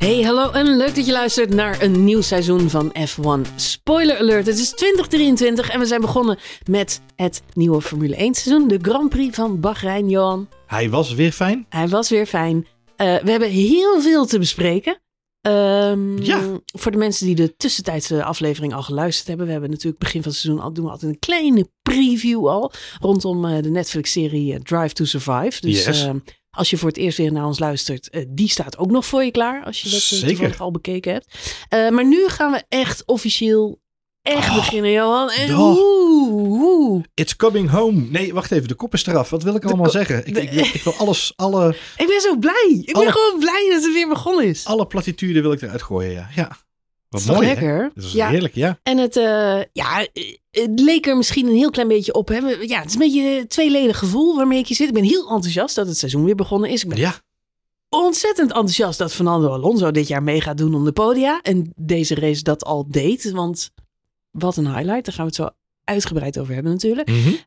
Hey, hallo en leuk dat je luistert naar een nieuw seizoen van F1 Spoiler Alert. Het is 2023 en we zijn begonnen met het nieuwe Formule 1 seizoen. De Grand Prix van Bahrein, Johan. Hij was weer fijn. Hij was weer fijn. We hebben heel veel te bespreken. Voor de mensen die de tussentijdse aflevering al geluisterd hebben. We hebben natuurlijk begin van het seizoen doen we altijd een kleine preview al. Rondom de Netflix-serie Drive to Survive. Dus yes. Als je voor het eerst weer naar ons luistert, die staat ook nog voor je klaar. Als je dat toevallig al bekeken hebt. Maar nu gaan we echt officieel beginnen, Johan. En It's coming home. Nee, wacht even. De kop is eraf. Wat wil ik allemaal zeggen? Ik wil alles. Ik ben zo blij. Ik ben gewoon blij dat het weer begonnen is. Alle platituden wil ik eruit gooien, ja. Wat mooi, lekker. Hè? Dat is heerlijk, ja. En het leek er misschien een heel klein beetje op. Hè? Het is een beetje een tweeledig gevoel waarmee ik hier zit. Ik ben heel enthousiast dat het seizoen weer begonnen is. Ik ben ontzettend enthousiast dat Fernando Alonso dit jaar mee gaat doen om de podia. En deze race dat al deed. Want wat een highlight. Daar gaan we het zo uitgebreid over hebben natuurlijk. Mm-hmm.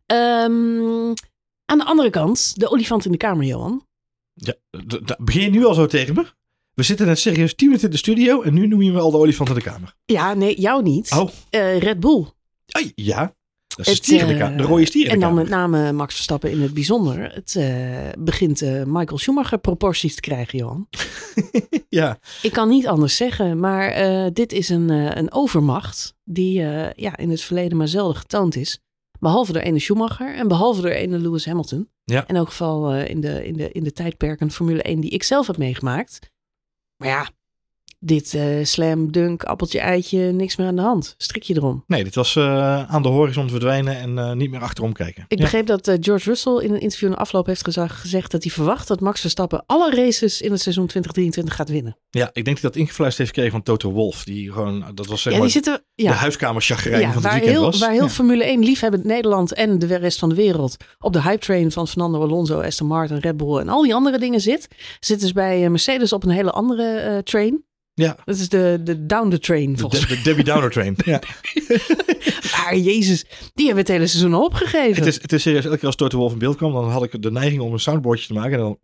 Aan de andere kant, de olifant in de kamer, Johan. Ja, begin je nu al zo tegen me? We zitten net serieus 10 minuten in de studio en nu noem je me al de olifant in de kamer. Ja, nee, jou niet. Oh. Red Bull. Ja, dat is de rode stier in de kamer. En dan met name Max Verstappen in het bijzonder. Het begint Michael Schumacher proporties te krijgen, Johan. Ja. Ik kan niet anders zeggen, maar dit is een overmacht die in het verleden maar zelden getoond is. Behalve door ene Schumacher en behalve door ene Lewis Hamilton. Ja. In elk geval in de tijdperken Formule 1 die ik zelf heb meegemaakt. Maar ja, dit slam, dunk, appeltje, eitje, niks meer aan de hand. Strikje erom. Nee, dit was aan de horizon verdwijnen en niet meer achterom kijken. Ik begreep dat George Russell in een interview na afloop heeft gezegd dat hij verwacht dat Max Verstappen alle races in het seizoen 2023 gaat winnen. Ja, ik denk dat hij dat ingefluisterd heeft gekregen van Toto Wolff. Die gewoon, dat was zeg maar de huiskamerchagrijn van het weekend was. Waar heel Formule 1 liefhebbend Nederland en de rest van de wereld op de hype train van Fernando Alonso, Aston Martin, Red Bull en al die andere dingen zitten ze bij Mercedes op een hele andere train. Ja. Dat is de down the train volgens mij. De Debbie Downer train. Ja. Maar jezus, die hebben het hele seizoen al opgegeven. Het is serieus, elke keer als Toto Wolff in beeld kwam, dan had ik de neiging om een soundboardje te maken en dan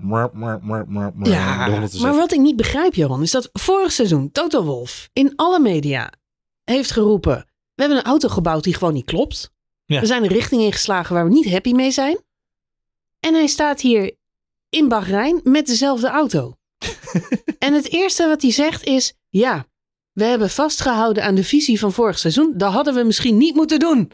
maar wat ik niet begrijp, Johan, is dat vorig seizoen Toto Wolff in alle media heeft geroepen: we hebben een auto gebouwd die gewoon niet klopt. Ja. We zijn een richting ingeslagen waar we niet happy mee zijn. En hij staat hier in Bahrein met dezelfde auto. En het eerste wat hij zegt is: ja, we hebben vastgehouden aan de visie van vorig seizoen. Dat hadden we misschien niet moeten doen.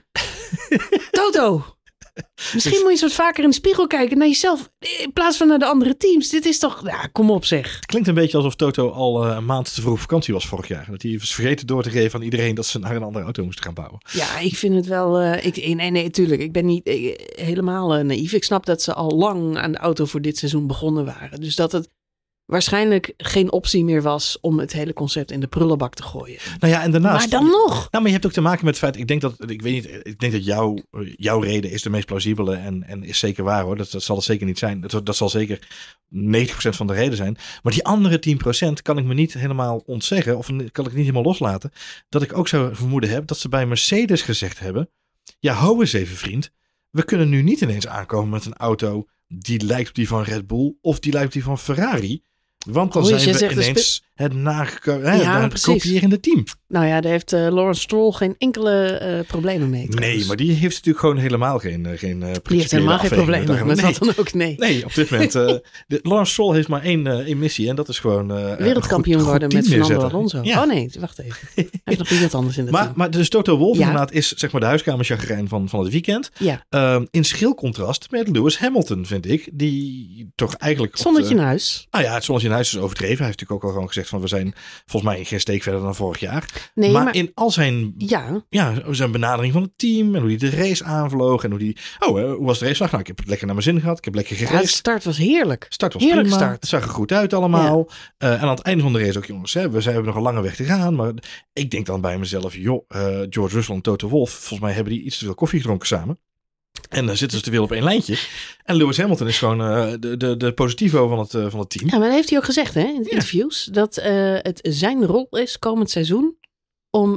Toto, misschien moet je eens wat vaker in de spiegel kijken naar jezelf in plaats van naar de andere teams. Dit is toch, kom op zeg. Het klinkt een beetje alsof Toto al een maand te vroeg op vakantie was vorig jaar. Dat hij was vergeten door te geven aan iedereen dat ze naar een andere auto moesten gaan bouwen. Ja, ik vind het wel, nee, tuurlijk. Ik ben niet helemaal naïef. Ik snap dat ze al lang aan de auto voor dit seizoen begonnen waren. Dus dat het waarschijnlijk geen optie meer was om het hele concept in de prullenbak te gooien. Nou ja, en daarnaast. Maar dan nog. Nou, maar je hebt ook te maken met het feit. Ik denk dat jouw reden is de meest plausibele en is zeker waar hoor. Dat zal het zeker niet zijn. Dat zal zeker 90% van de reden zijn. Maar die andere 10% kan ik me niet helemaal ontzeggen of kan ik niet helemaal loslaten. Dat ik ook zou vermoeden heb dat ze bij Mercedes gezegd hebben: ja, hou eens even vriend. We kunnen nu niet ineens aankomen met een auto die lijkt op die van Red Bull of die lijkt op die van Ferrari. Want dan zijn we ineens het kopierende team. Nou ja, daar heeft Lawrence Stroll geen enkele problemen mee. Nee, maar die heeft natuurlijk gewoon helemaal geen die heeft helemaal geen problemen met wat dan ook. Nee, op dit moment. Lawrence Stroll heeft maar één missie en dat is gewoon wereldkampioen worden met Fernando Alonso. Ja. Oh nee, wacht even. Hij heeft nog iets anders in de team. Maar dus Toto Wolff inderdaad is zeg maar de huiskamerchagrijn van het weekend. Ja. In schril contrast met Lewis Hamilton, vind ik. Die toch eigenlijk... Zonnetje in huis. Het zonnetje in huis is overdreven. Hij heeft natuurlijk ook al gewoon gezegd van we zijn volgens mij geen steek verder dan vorig jaar. Nee, maar in al zijn, zijn benadering van het team en hoe hij de race aanvloog en hoe was de racedag? Nou, ik heb het lekker naar mijn zin gehad. Ik heb lekker geraced. De start was heerlijk. Start was prima. Het zag er goed uit allemaal. Ja. En aan het einde van de race ook, jongens, we hebben nog een lange weg te gaan. Maar ik denk dan bij mezelf, George Russell en Toto Wolff, volgens mij hebben die iets te veel koffie gedronken samen. En dan zitten ze te veel op één lijntje. En Lewis Hamilton is gewoon de positivo van het team. Ja, maar dat heeft hij ook gezegd hè, in de interviews. Dat het zijn rol is komend seizoen om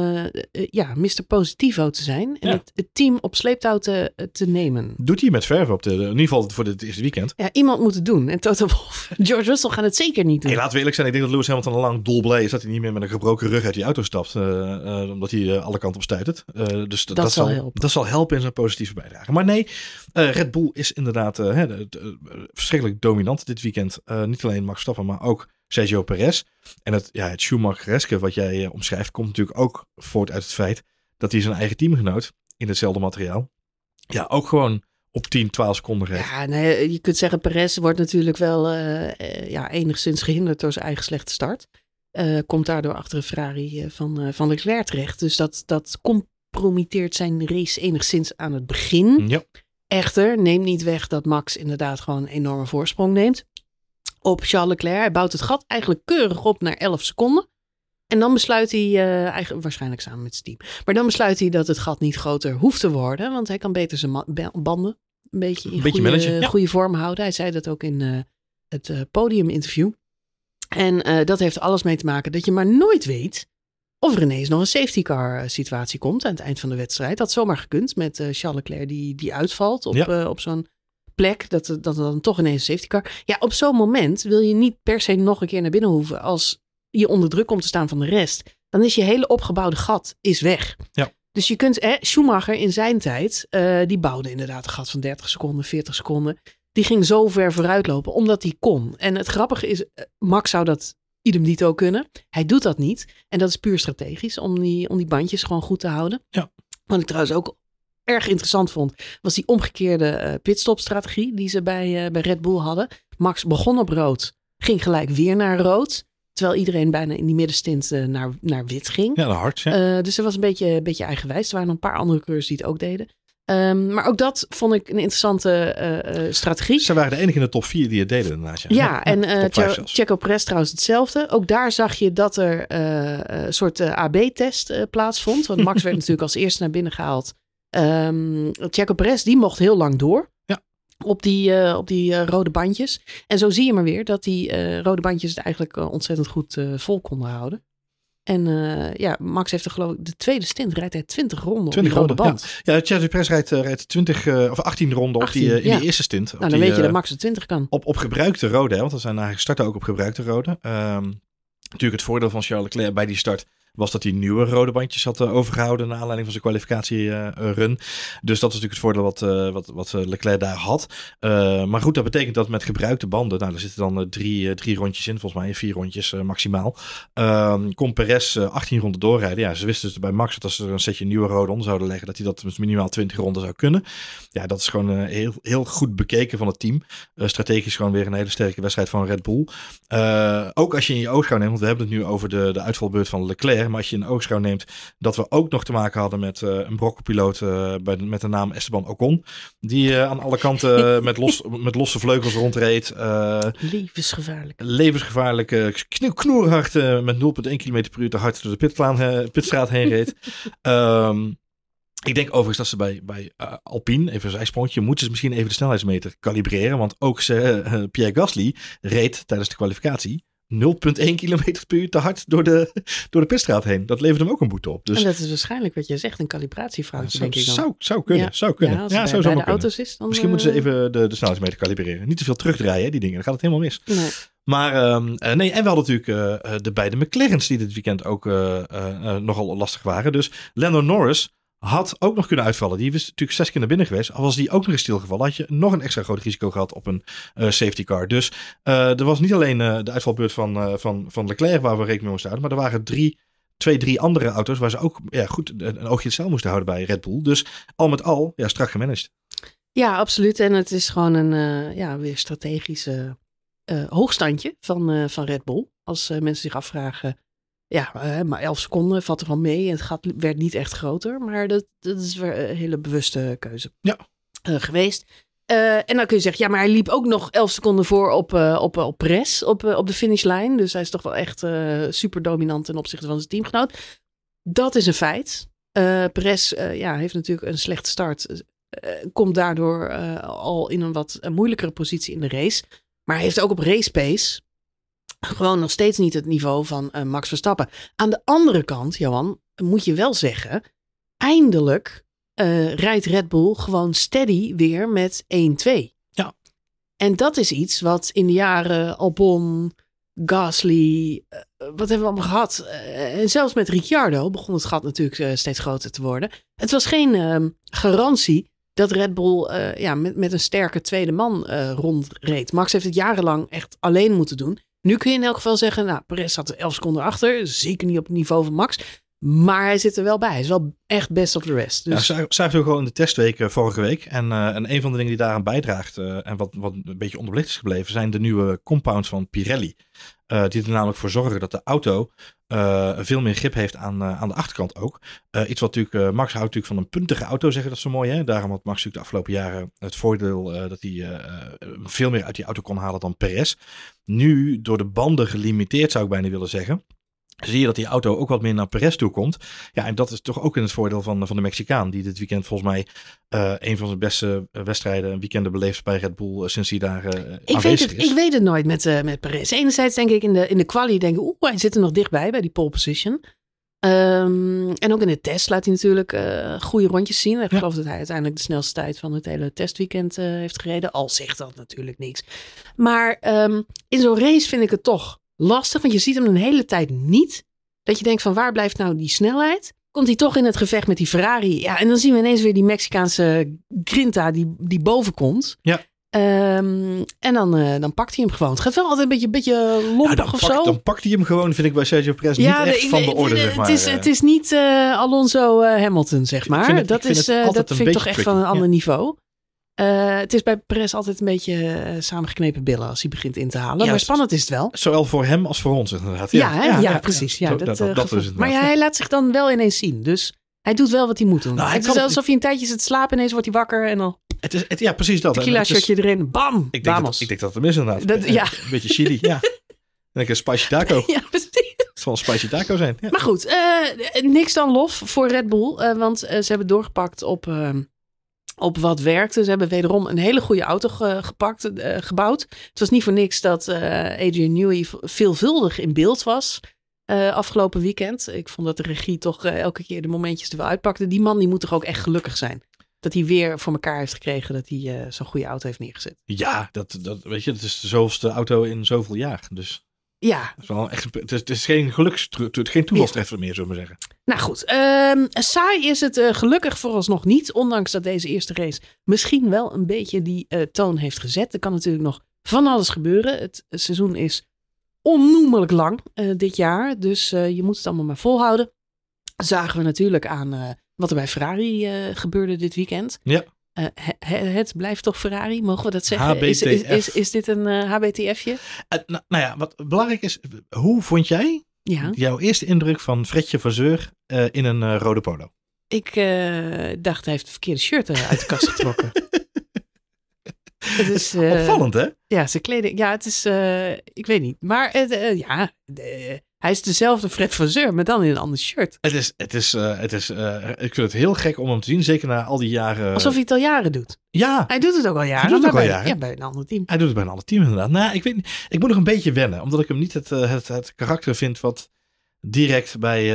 Mr. Positivo te zijn. En het team op sleeptouw te nemen. Doet hij met verf in ieder geval voor dit eerste weekend. Ja, iemand moet het doen. En Toto Wolff en George Russell gaan het zeker niet doen. Hey, laten we eerlijk zijn. Ik denk dat Lewis Hamilton al lang dolblij is dat hij niet meer met een gebroken rug uit die auto stapt. Omdat hij alle kanten op stuitert. Dus dat zal helpen in zijn positieve bijdrage. Maar nee, Red Bull is inderdaad verschrikkelijk dominant dit weekend. Niet alleen Max Verstappen, maar ook Sergio Perez. En het Schumacher-eske wat jij omschrijft, komt natuurlijk ook voort uit het feit dat hij zijn eigen teamgenoot in hetzelfde materiaal ook gewoon op 10, 12 seconden reed. Ja, je kunt zeggen Perez wordt natuurlijk wel enigszins gehinderd door zijn eigen slechte start. Komt daardoor achter een Ferrari van Leclerc terecht. Dus dat compromitteert zijn race enigszins aan het begin. Ja. Echter, neemt niet weg dat Max inderdaad gewoon een enorme voorsprong neemt op Charles Leclerc. Hij bouwt het gat eigenlijk keurig op naar 11 seconden. En dan besluit hij, waarschijnlijk samen met zijn team, maar dan besluit hij dat het gat niet groter hoeft te worden. Want hij kan beter zijn banden een beetje in goede vorm houden. Hij zei dat ook in het podiuminterview. En dat heeft alles mee te maken dat je maar nooit weet of er ineens nog een safety car situatie komt aan het eind van de wedstrijd. Dat had zomaar gekund met Charles Leclerc die uitvalt op zo'n plek. Dat dan toch ineens een safety car. Ja, op zo'n moment wil je niet per se nog een keer naar binnen hoeven als je onder druk komt te staan van de rest. Dan is je hele opgebouwde gat weg. Ja. Dus je kunt, Schumacher in zijn tijd, die bouwde inderdaad een gat van 30 seconden, 40 seconden. Die ging zo ver vooruit lopen, omdat hij kon. En het grappige is, Max zou dat idem dito kunnen. Hij doet dat niet. En dat is puur strategisch, om die bandjes gewoon goed te houden. Ja. Wat ik trouwens ook erg interessant vond, was die omgekeerde pitstopstrategie die ze bij Red Bull hadden. Max begon op rood, ging gelijk weer naar rood. Terwijl iedereen bijna in die middenstint naar wit ging. Ja, hard. Ja. Dus er was een beetje eigenwijs. Er waren nog een paar andere coureurs die het ook deden. Maar ook dat vond ik een interessante strategie. Ze waren de enige in de top 4 die het deden daarnaast. Ja, en Checo Perez trouwens hetzelfde. Ook daar zag je dat er een soort AB-test plaatsvond. Want Max werd natuurlijk als eerste naar binnen gehaald. Checo Perez, die mocht heel lang door. Op die rode bandjes. En zo zie je maar weer dat die rode bandjes het eigenlijk ontzettend goed vol konden houden. En Max heeft geloof ik de tweede stint rijdt hij 20 ronden op die rode band. Ja, Checo Perez rijdt 20 of 18 ronden in die eerste stint. Nou, dan weet je dat Max de 20 kan. Op gebruikte rode, want dat zijn eigenlijk starten ook op gebruikte rode. Natuurlijk het voordeel van Charles Leclerc bij die start was dat hij nieuwe rode bandjes had overgehouden naar aanleiding van zijn kwalificatierun. Dus dat was natuurlijk het voordeel wat Leclerc daar had. Maar goed, dat betekent dat met gebruikte banden, nou, er zitten dan drie rondjes in, volgens mij 4 rondjes maximaal. Kon Perez 18 ronden doorrijden. Ja, ze wisten dus bij Max dat als ze er een setje nieuwe rode onder zouden leggen, dat hij dat met minimaal 20 ronden zou kunnen. Ja, dat is gewoon heel, heel goed bekeken van het team. Strategisch gewoon weer een hele sterke wedstrijd van Red Bull. Ook als je in je oogschouw neemt, want we hebben het nu over de uitvalbeurt van Leclerc. Maar als je in oogschouw neemt dat we ook nog te maken hadden met een brokkenpiloot met de naam Esteban Ocon. Die aan alle kanten met losse vleugels rondreed. Levensgevaarlijk. Knoerhard met 0,1 km per uur te hard door de pitstraat heen reed. Ik denk overigens dat ze bij Alpine, even een zijsprongje, moeten ze misschien even de snelheidsmeter kalibreren. Want ook Pierre Gasly reed tijdens de kwalificatie 0,1 kilometer per uur te hard door de pitstraat heen. Dat levert hem ook een boete op. Dus, en dat is waarschijnlijk wat je zegt, een calibratiefoutje, denk ik dan. Zou kunnen. Ja, als het bij de auto's is, dan... Misschien moeten ze even de snelheidsmeter kalibreren. Niet te veel terugdraaien, die dingen. Dan gaat het helemaal mis. Nee. Maar en we hadden natuurlijk de beide McLaren's die dit weekend ook nogal lastig waren. Dus Lando Norris had ook nog kunnen uitvallen. Die was natuurlijk 6 keer naar binnen geweest. Al was die ook nog eens stilgevallen, had je nog een extra groot risico gehad op een safety car. Dus er was niet alleen de uitvalbeurt van Leclerc waar we rekening mee moesten houden. Maar er waren 2-3 andere auto's waar ze ook goed een oogje in het zeil moesten houden bij Red Bull. Dus al met al strak gemanaged. Ja, absoluut. En het is gewoon een weer strategische hoogstandje van Red Bull. Als mensen zich afvragen... Ja, maar 11 seconden valt er wel mee. En het gat werd niet echt groter. Maar dat is weer een hele bewuste keuze geweest. En dan kun je zeggen, ja, maar hij liep ook nog 11 seconden voor op Perez op de finishlijn. Dus hij is toch wel echt super dominant ten opzichte van zijn teamgenoot. Dat is een feit. Perez heeft natuurlijk een slechte start. Komt daardoor al in een wat moeilijkere positie in de race. Maar hij heeft ook op race pace gewoon nog steeds niet het niveau van Max Verstappen. Aan de andere kant, Johan, moet je wel zeggen, eindelijk rijdt Red Bull gewoon steady weer met 1-2. Ja. En dat is iets wat in de jaren Albon, Gasly, wat hebben we allemaal gehad? En zelfs met Ricciardo begon het gat natuurlijk steeds groter te worden. Het was geen garantie dat Red Bull met een sterke tweede man rondreed. Max heeft het jarenlang echt alleen moeten doen. Nu kun je in elk geval zeggen, nou, Perez zat er 11 seconden achter. Zeker niet op het niveau van Max. Maar hij zit er wel bij. Hij is wel echt best of the rest. Dus... Ja, zagen we gewoon in de testweken vorige week. En een van de dingen die daaraan bijdraagt en wat een beetje onderbelicht is gebleven, zijn de nieuwe compounds van Pirelli. Die er namelijk voor zorgen dat de auto veel meer grip heeft aan de achterkant ook. Iets wat natuurlijk, Max houdt natuurlijk van een puntige auto, zeggen dat zo mooi. Hè? Daarom had Max natuurlijk de afgelopen jaren het voordeel dat hij veel meer uit die auto kon halen dan Perez. Nu door de banden gelimiteerd, zou ik bijna willen zeggen, zie je dat die auto ook wat meer naar Perez toe komt. Ja, en dat is toch ook in het voordeel van de Mexicaan, die dit weekend volgens mij een van zijn beste wedstrijden en weekenden beleeft bij Red Bull sinds hij daar aanwezig is. Ik weet het nooit met Perez. Enerzijds denk ik in de quali, hij zit er nog dichtbij bij die pole position. En ook in de test laat hij natuurlijk goede rondjes zien. Ik geloof dat hij uiteindelijk de snelste tijd van het hele testweekend heeft gereden. Al zegt dat natuurlijk niks. Maar in zo'n race vind ik het toch lastig, want je ziet hem een hele tijd niet. Dat je denkt van waar blijft nou die snelheid? Komt hij toch in het gevecht met die Ferrari? Ja, en dan zien we ineens weer die Mexicaanse grinta die boven komt. Ja. En dan pakt hij hem gewoon. Het gaat wel altijd een beetje lompig of zo. Dan pakt hij hem gewoon, vind ik bij Sergio Perez niet echt van de orde. Zeg maar. Het is niet Alonso Hamilton, zeg maar. Dat vind ik toch echt van een ander niveau. Het is bij Perez altijd een beetje samengeknepen billen als hij begint in te halen. Ja, maar spannend is het wel. Zowel voor hem als voor ons inderdaad. Ja, precies. Ja, dat is het. Maar hij laat zich dan wel ineens zien. Dus hij doet wel wat hij moet doen. Nou, het is alsof hij een tijdje zit te slapen. Ineens wordt hij wakker en dan... Ja, precies dat. Tequila shirtje erin. Bam! Ik denk dat het mis inderdaad. Een beetje chili, ja. En een spicy taco. Ja, precies. Het zal een spicy taco zijn. Ja. Maar goed, niks dan lof voor Red Bull. Want ze hebben doorgepakt op wat werkte. Ze hebben wederom een hele goede auto gebouwd. Het was niet voor niks dat Adrian Newey veelvuldig in beeld was afgelopen weekend. Ik vond dat de regie toch elke keer de momentjes er wel uitpakte. Die man die moet toch ook echt gelukkig zijn. Dat hij weer voor elkaar heeft gekregen dat hij zo'n goede auto heeft neergezet. Ja, dat weet je, het is de zoveelste auto in zoveel jaar. Dus ja. Het is wel echt, het is geen geen toevalstreffer meer, zullen we maar zeggen. Nou goed, saai is het gelukkig vooralsnog niet. Ondanks dat deze eerste race misschien wel een beetje die toon heeft gezet. Er kan natuurlijk nog van alles gebeuren. Het seizoen is onnoemelijk lang dit jaar. Dus je moet het allemaal maar volhouden. Zagen we natuurlijk aan wat er bij Ferrari gebeurde dit weekend. Ja. Het blijft toch Ferrari, mogen we dat zeggen? HBTF. Is dit een HBTF'je? Nou ja, wat belangrijk is, hoe vond jij jouw eerste indruk van Fredje Vasseur in een rode polo? Ik dacht, hij heeft het verkeerde shirt uit de kast getrokken. Het is opvallend, hè? Ja, zijn kleding. Ja, het is, ik weet niet. Maar hij is dezelfde Fred Vasseur, maar dan in een ander shirt. Ik vind het heel gek om hem te zien, zeker na al die jaren. Alsof hij het al jaren doet. Ja. Hij doet het ook al jaren. Hij doet het ook al jaren. Ja, bij een ander team. Hij doet het bij een ander team inderdaad. Nou, ik weet niet. Ik moet nog een beetje wennen, omdat ik hem niet het karakter vind wat direct bij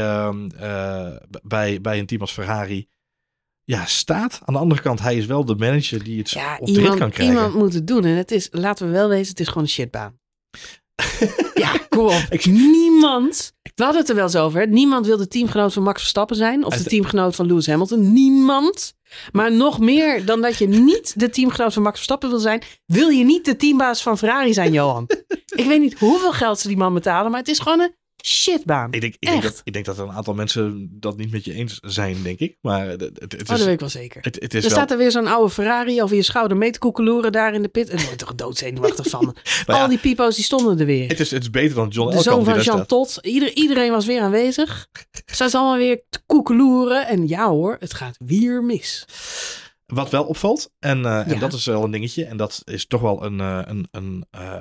een team als Ferrari staat. Aan de andere kant, hij is wel de manager die het op de rit kan krijgen. Iemand moet het doen. En het is, laten we wel wezen, het is gewoon een shitbaan. Ja, kom op. Niemand, we hadden het er wel eens over. Niemand wil de teamgenoot van Max Verstappen zijn. Of de teamgenoot van Lewis Hamilton. Niemand. Maar nog meer dan dat je niet de teamgenoot van Max Verstappen wil zijn, wil je niet de teambaas van Ferrari zijn, Johan. Ik weet niet hoeveel geld ze die man betalen, maar het is gewoon een shitbaan. Ik denk dat er een aantal mensen dat niet met je eens zijn, denk ik. Maar het is, dat weet ik wel zeker. Staat er weer zo'n oude Ferrari over je schouder mee te koekeloeren daar in de pit. En dan word je toch doodzenuwachtig van. Al die pipo's die stonden er weer. Het is beter dan John Elkann. De zoon van Jean Todt. Iedereen was weer aanwezig. Zijn ze allemaal weer te koekeloeren. En ja hoor, het gaat weer mis. Wat wel opvalt, en dat is wel een dingetje, en dat is toch wel een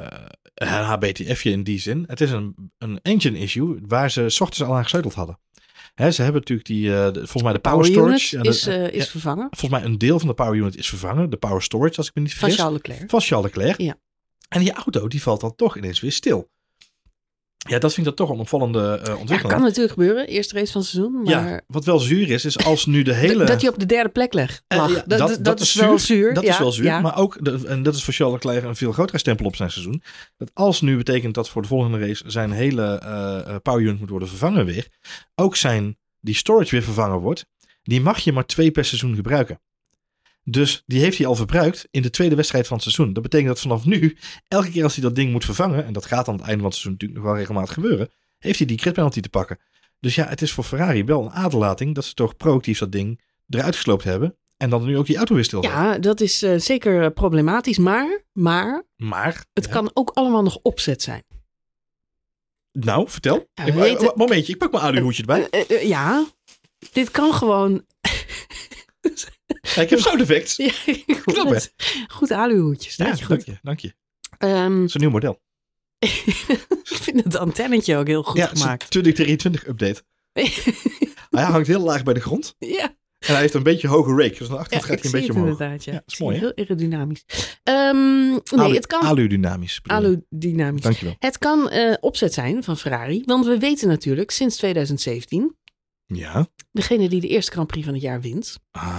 HBTF'je in die zin. Het is een engine issue waar ze 's ochtends al aan gesleuteld hadden. Ze hebben natuurlijk volgens mij de power storage is vervangen. Volgens mij een deel van de power unit is vervangen. De power storage, als ik me niet vergis. Van Charles Leclerc. Ja. En die auto die valt dan toch ineens weer stil. Ja, dat vind ik dan toch een opvallende ontwikkeling. Ja, kan natuurlijk gebeuren. Eerste race van het seizoen. Maar... Ja, wat wel zuur is als nu de hele... Dat hij op de derde plek lag. Dat is wel zuur. Dat is wel zuur. Ja. Maar ook, en dat is voor Charles Leclerc een veel grotere stempel op zijn seizoen. Dat als nu betekent dat voor de volgende race zijn hele power unit moet worden vervangen weer. Ook die storage weer vervangen wordt. Die mag je maar 2 per seizoen gebruiken. Dus die heeft hij al verbruikt in de tweede wedstrijd van het seizoen. Dat betekent dat vanaf nu, elke keer als hij dat ding moet vervangen, en dat gaat aan het einde van het seizoen natuurlijk nog wel regelmatig gebeuren, heeft hij die grid penalty te pakken. Dus ja, het is voor Ferrari wel een aderlating dat ze toch proactief dat ding eruit gesloopt hebben. En dan nu ook die auto weer stil. Ja, dat is zeker problematisch. Maar het kan ook allemaal nog opzet zijn. Nou, vertel. Ja, momentje, ik pak mijn aluhoedje erbij. Ja, dit kan gewoon... Ja, ik heb sound effects. Ja, knap hè? Goed aluhoedje, staat je goed. Dank je. Dat is een nieuw model. Ik vind het antennetje ook heel goed gemaakt. Ja, 2023 update. Hij hangt heel laag bij de grond. Ja. En hij heeft een beetje hoge rake. Dus naar achteren gaat hij een beetje omhoog. Inderdaad, ja. Dat is mooi, hè? Heel aerodynamisch. Het kan... Aludynamisch. Aludynamisch. Dankjewel. Het kan opzet zijn van Ferrari. Want we weten natuurlijk sinds 2017... Ja. Degene die de eerste Grand Prix van het jaar wint...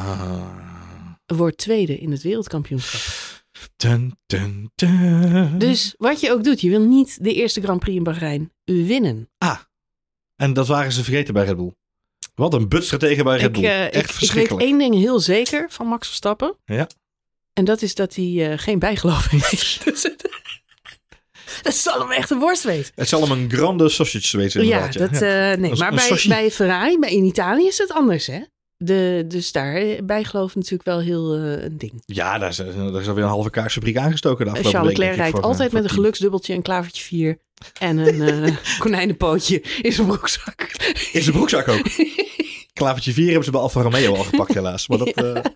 wordt tweede in het wereldkampioenschap. Dun, dun, dun. Dus wat je ook doet, je wil niet de eerste Grand Prix in Bahrein winnen. En dat waren ze vergeten bij Red Bull. Wat een butstratege bij Red Bull. Echt verschrikkelijk. Ik weet één ding heel zeker van Max Verstappen. Ja. En dat is dat hij geen bijgeloof heeft. Dat zal hem echt een worst wezen. Het zal hem een grande sausage wezen inderdaad. Nee, maar bij Ferrari, in Italië is het anders, hè? Dus daar bijgeloof natuurlijk wel heel een ding. Ja, daar is alweer een halve kaarsfabriek aangestoken de afgelopen Charles week. Leclerc rijdt altijd met een geluksdubbeltje, een klavertje 4 en een konijnenpootje in zijn broekzak. In zijn broekzak ook? Klavertje 4 hebben ze bij Alfa Romeo al gepakt helaas. Maar,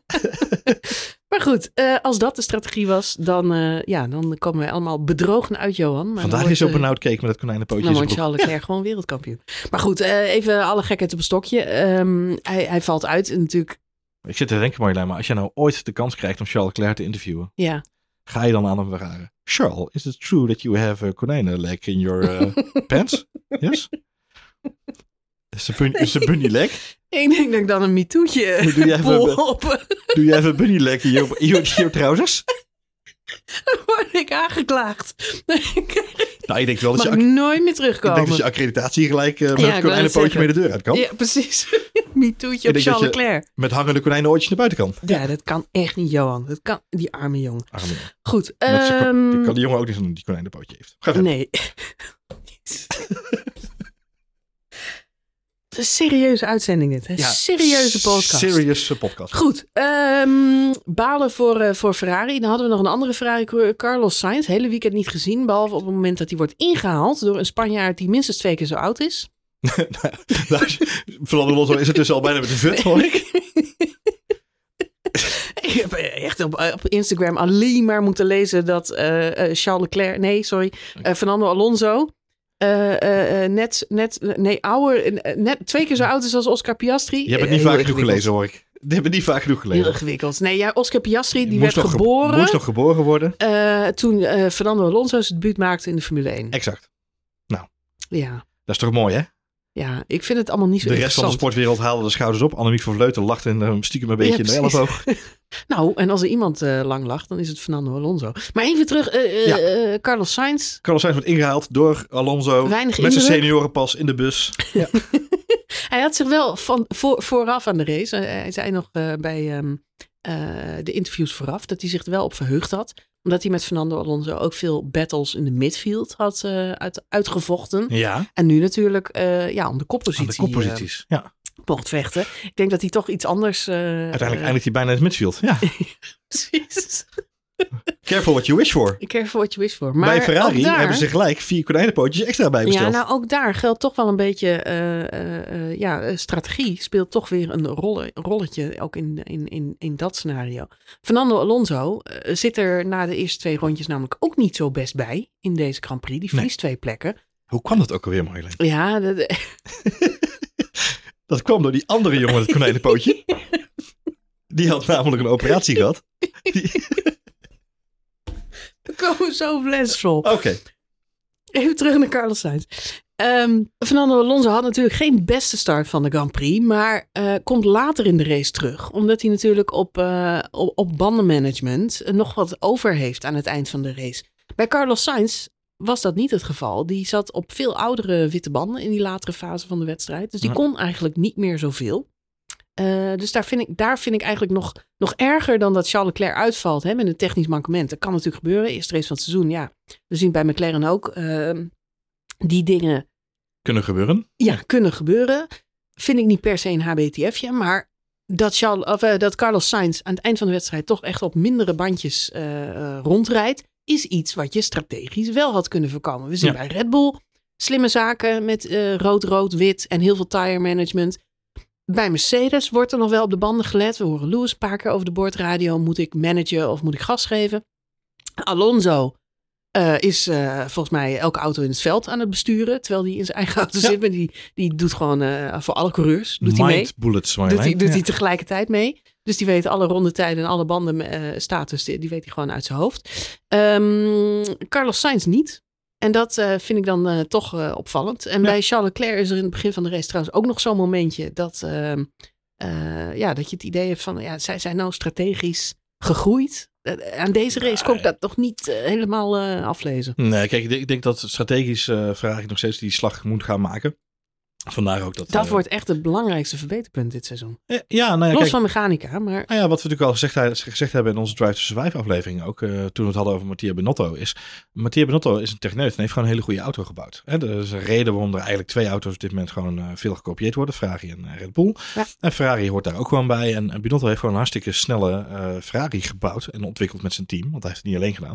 Maar goed, als dat de strategie was, dan komen wij allemaal bedrogen uit, Johan. Maar vandaag is hij op een oud cake met het konijnenpootje. Dan wordt Charles Leclerc gewoon wereldkampioen. Maar goed, even alle gekheid op een stokje. Hij valt uit natuurlijk. Ik zit te denken, Marjolein, maar als je nou ooit de kans krijgt om Charles Leclerc te interviewen. Ja. Ga je dan aan hem vragen? Charles, is it true that you have a konijnenleg in your pants? Yes? Is een bunny leg? Ik denk dat ik dan een MeToo'tje op. Doe je even bunny leg in je trousers? Dan word ik aangeklaagd. Nou, ik denk wel dat mag nooit meer terugkomen. Ik denk dat je accreditatie gelijk met een konijnenpootje mee de deur uit kan. Ja, precies. MeToo'tje op Charles Leclerc. Met hangende konijnenoortjes naar buiten kan. Ja, dat kan echt niet, Johan. Dat kan, die arme jongen. Goed. Die kan die jongen ook niet zo'n die konijnenpootje heeft. Ga verder. Nee. Het is een serieuze uitzending dit. Hè? Ja, serieuze podcast. Serieuze podcast. Goed. Balen voor Ferrari. Dan hadden we nog een andere Ferrari, Carlos Sainz. Hele weekend niet gezien. Behalve op het moment dat hij wordt ingehaald door een Spanjaard die minstens 2 keer zo oud is. Fernando Alonso is het dus al bijna met de vet, hoor ik. Ik heb echt op Instagram alleen maar moeten lezen dat Charles Leclerc... Fernando Alonso... net 2 keer zo oud is als Oscar Piastri. Je hebt het niet vaak genoeg gelezen, hoor ik. Die hebben niet vaak genoeg gelezen. Heel ingewikkeld. Nee, ja, Oscar Piastri die werd geboren. Moest nog geboren worden. Toen Fernando Alonso zijn debuut maakte in de Formule 1. Exact. Nou. Ja. Dat is toch mooi, hè? Ja, ik vind het allemaal niet zo interessant. De rest van de sportwereld haalde de schouders op. Annemiek van Vleuten lacht en stiekem een beetje in de elleboog. Nou, en als er iemand lang lacht, dan is het Fernando Alonso. Maar even terug, Carlos Sainz. Carlos Sainz wordt ingehaald door Alonso. Weinig met zijn seniorenpas in de bus. Ja. Hij had zich wel vooraf aan de race. Hij zei nog bij de interviews vooraf dat hij zich er wel op verheugd had. Omdat hij met Fernando Alonso ook veel battles in de midfield had uitgevochten. Ja. En nu natuurlijk om de koppositie. Aan de kopposities, mocht vechten. Ik denk dat hij toch iets anders... Uiteindelijk eindigt hij bijna in het midfield. Ja. Precies. Careful what you wish for. Careful what you wish for. Maar bij Ferrari hebben ze gelijk 4 konijnenpootjes extra bij besteld. Ja, nou ook daar geldt toch wel een beetje... strategie speelt toch weer een rolletje. Ook in dat scenario. Fernando Alonso zit er na de eerste 2 rondjes namelijk ook niet zo best bij. In deze Grand Prix. Die verliest 2 plekken. Hoe kwam dat ook alweer, Marjolein? Ja, dat kwam door die andere jongen met het konijnenpootje. Die had namelijk een operatie gehad. We komen zo flesvol. Oké. Even terug naar Carlos Sainz. Fernando Alonso had natuurlijk geen beste start van de Grand Prix, maar komt later in de race terug. Omdat hij natuurlijk op bandenmanagement nog wat over heeft aan het eind van de race. Bij Carlos Sainz was dat niet het geval. Die zat op veel oudere witte banden in die latere fase van de wedstrijd. Dus die kon eigenlijk niet meer zoveel. Dus daar vind ik eigenlijk nog erger dan dat Charles Leclerc uitvalt met een technisch mankement. Dat kan natuurlijk gebeuren. Eerste race van het seizoen, ja. We zien bij McLaren ook die dingen... Kunnen gebeuren. Ja, kunnen gebeuren. Vind ik niet per se een HBTF'je. Maar dat Carlos Sainz aan het eind van de wedstrijd toch echt op mindere bandjes rondrijdt, is iets wat je strategisch wel had kunnen voorkomen. We zien bij Red Bull slimme zaken met rood, wit en heel veel tire management. Bij Mercedes wordt er nog wel op de banden gelet. We horen Lewis een paar keer over de boordradio. Moet ik managen of moet ik gas geven? Alonso is volgens mij elke auto in het veld aan het besturen. Terwijl hij in zijn eigen auto zit. Maar die doet gewoon voor alle coureurs. Doet hij mee. Bullets. Doet hij tegelijkertijd mee. Dus die weet alle rondetijden en alle banden status. Die weet hij gewoon uit zijn hoofd. Carlos Sainz niet. En dat vind ik dan toch opvallend. En bij Charles Leclerc is er in het begin van de race trouwens ook nog zo'n momentje dat je het idee hebt van, zij zijn nou strategisch gegroeid. Aan deze race kon ik dat nog niet helemaal aflezen. Nee, kijk, ik denk dat strategisch Ferrari nog steeds die slag moet gaan maken. Vandaar ook dat wordt echt het belangrijkste verbeterpunt dit seizoen. Los kijk, van mechanica, maar... Nou ja, wat we natuurlijk al gezegd hebben in onze Drive to Survive aflevering ook, toen we het hadden over Mattia Binotto, Mattia Binotto is een techneut en heeft gewoon een hele goede auto gebouwd. Er is een reden waarom er eigenlijk 2 auto's op dit moment gewoon veel gekopieerd worden, Ferrari en Red Bull. Ja. En Ferrari hoort daar ook gewoon bij. En Binotto heeft gewoon een hartstikke snelle Ferrari gebouwd en ontwikkeld met zijn team, want hij heeft het niet alleen gedaan.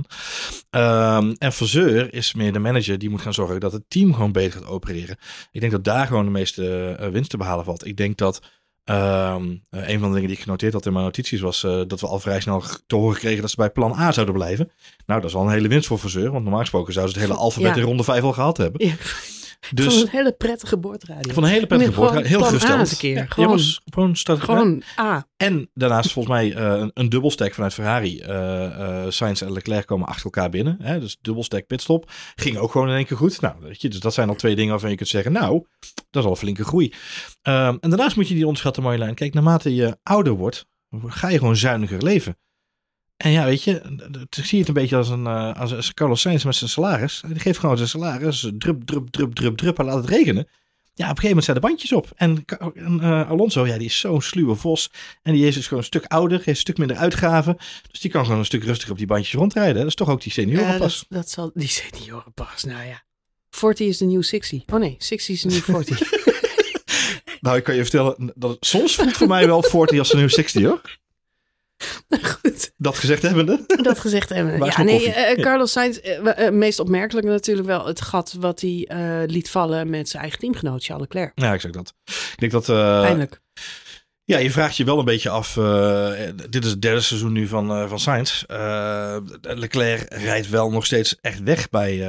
En Vasseur is meer de manager die moet gaan zorgen dat het team gewoon beter gaat opereren. Ik denk dat daar gewoon de meeste winst te behalen valt. Ik denk dat een van de dingen die ik genoteerd had in mijn notities was dat we al vrij snel te horen kregen dat ze bij plan A zouden blijven. Nou, dat is wel een hele winst voor Vasseur, want normaal gesproken zouden ze het hele alfabet in ronde 5 al gehad hebben. Ja. Dus, van een hele prettige boordradio. Van een hele prettige boordradio. Heel geruststellend. Gewoon A. En daarnaast volgens mij een dubbelstack vanuit Ferrari. Sainz en Leclerc komen achter elkaar binnen. Hè, dus dubbelstack pitstop. Ging ook gewoon in één keer goed. Nou, weet je, dus dat zijn al 2 dingen waarvan je kunt zeggen, nou, dat is al een flinke groei. En daarnaast moet je die onderschatten, Marjolein. Kijk, naarmate je ouder wordt, ga je gewoon zuiniger leven. En ja, weet je, ik zie het een beetje als Carlos Sainz met zijn salaris. Die geeft gewoon zijn salaris, drup, en laat het regenen. Ja, op een gegeven moment zijn de bandjes op. En Alonso, ja, die is zo'n sluwe vos. En die is dus gewoon een stuk ouder, heeft een stuk minder uitgaven. Dus die kan gewoon een stuk rustiger op die bandjes rondrijden. Dat is toch ook die seniorenpas. Dat zal die seniorenpas, nou ja. 40 is de nieuwe 60. Oh nee, 60 is de nieuwe 40. Nou, ik kan je vertellen, dat soms voelt voor mij wel 40 als de nieuwe 60, hoor. Goed. Dat gezegd hebbende. Ja, nee, Carlos Sainz, meest opmerkelijk natuurlijk wel het gat wat hij liet vallen met zijn eigen teamgenoot Charles Leclerc. Ja, ik zeg dat. Ik denk dat... Pijnlijk. Ja, je vraagt je wel een beetje af. Dit is het 3e seizoen nu van Sainz. Leclerc rijdt wel nog steeds echt weg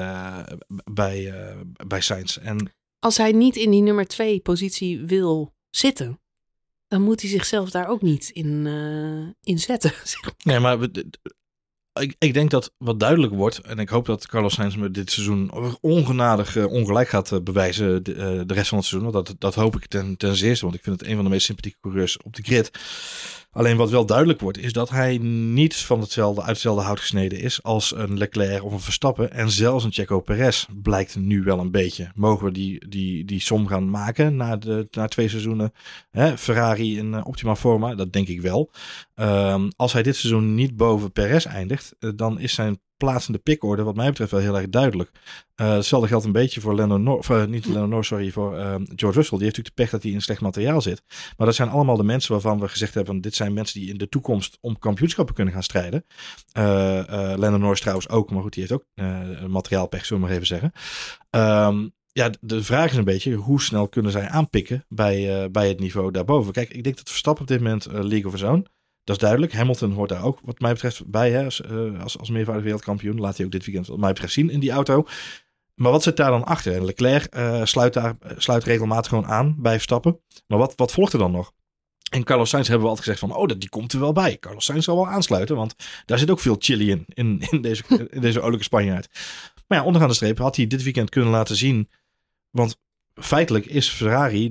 bij Sainz. En als hij niet in die nummer 2 positie wil zitten, dan moet hij zichzelf daar ook niet in zetten. Nee, maar ik denk dat wat duidelijk wordt, en ik hoop dat Carlos Sainz me dit seizoen ongenadig ongelijk gaat bewijzen de rest van het seizoen. Want dat hoop ik ten zeerste, want ik vind het een van de meest sympathieke coureurs op de grid. Alleen wat wel duidelijk wordt, is dat hij niet uit hetzelfde hout gesneden is als een Leclerc of een Verstappen. En zelfs een Checo Perez blijkt nu wel een beetje. Mogen we die som gaan maken na 2 seizoenen? Ferrari in optima forma, dat denk ik wel. Als hij dit seizoen niet boven Perez eindigt, dan is zijn plaats in de pickorde wat mij betreft wel heel erg duidelijk. Hetzelfde geldt een beetje voor voor George Russell. Die heeft natuurlijk de pech dat hij in slecht materiaal zit. Maar dat zijn allemaal de mensen waarvan we gezegd hebben, dit zijn mensen die in de toekomst om kampioenschappen kunnen gaan strijden. Lando Norris trouwens ook, maar goed, die heeft ook materiaalpech, zullen we maar even zeggen. Ja, de vraag is een beetje, hoe snel kunnen zij aanpikken bij het niveau daarboven? Kijk, ik denk dat Verstappen op dit moment League of his own. Dat is duidelijk. Hamilton hoort daar ook wat mij betreft bij. Hè? Als meervoudig wereldkampioen. Laat hij ook dit weekend wat mij betreft zien in die auto. Maar wat zit daar dan achter? En Leclerc sluit regelmatig gewoon aan bij Verstappen. Maar wat volgt er dan nog? En Carlos Sainz hebben we altijd gezegd van, die komt er wel bij. Carlos Sainz zal wel aansluiten, want daar zit ook veel chili in deze olijke Spanjaard. Maar ja, onderaan de streep had hij dit weekend kunnen laten zien. Want feitelijk is Ferrari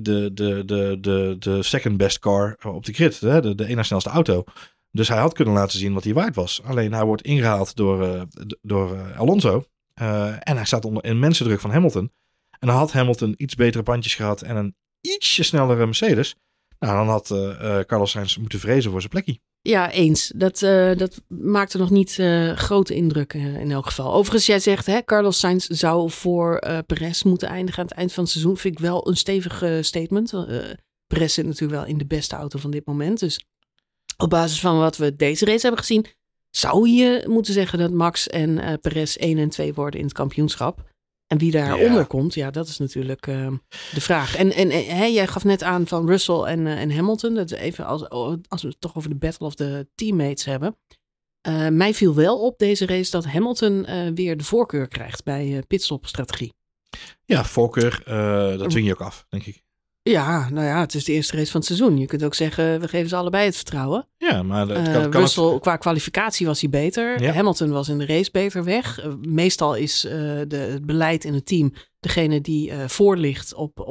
de second best car op de grid. De één na snelste auto. Dus hij had kunnen laten zien wat hij waard was. Alleen hij wordt ingehaald door Alonso. En hij staat onder immense druk van Hamilton. En dan had Hamilton iets betere bandjes gehad en een ietsje snellere Mercedes. Nou, dan had Carlos Sainz moeten vrezen voor zijn plekje. Ja, eens. Dat maakte nog niet grote indruk in elk geval. Overigens, jij zegt, Carlos Sainz zou voor Perez moeten eindigen aan het eind van het seizoen. Vind ik wel een stevig statement. Perez zit natuurlijk wel in de beste auto van dit moment. Dus op basis van wat we deze race hebben gezien, zou je moeten zeggen dat Max en Perez 1 en 2 worden in het kampioenschap. En wie daaronder komt, ja, dat is natuurlijk de vraag. En jij gaf net aan van Russell en Hamilton. Dat even als we het toch over de battle of the teammates hebben. Mij viel wel op deze race dat Hamilton weer de voorkeur krijgt bij pitstopstrategie. Ja, voorkeur, dat dwing je ook af, denk ik. Ja, nou ja, het is de eerste race van het seizoen. Je kunt ook zeggen, we geven ze allebei het vertrouwen. Ja, maar Russell, qua kwalificatie was hij beter. Ja. Hamilton was in de race beter weg. Meestal is het beleid in het team degene die voor ligt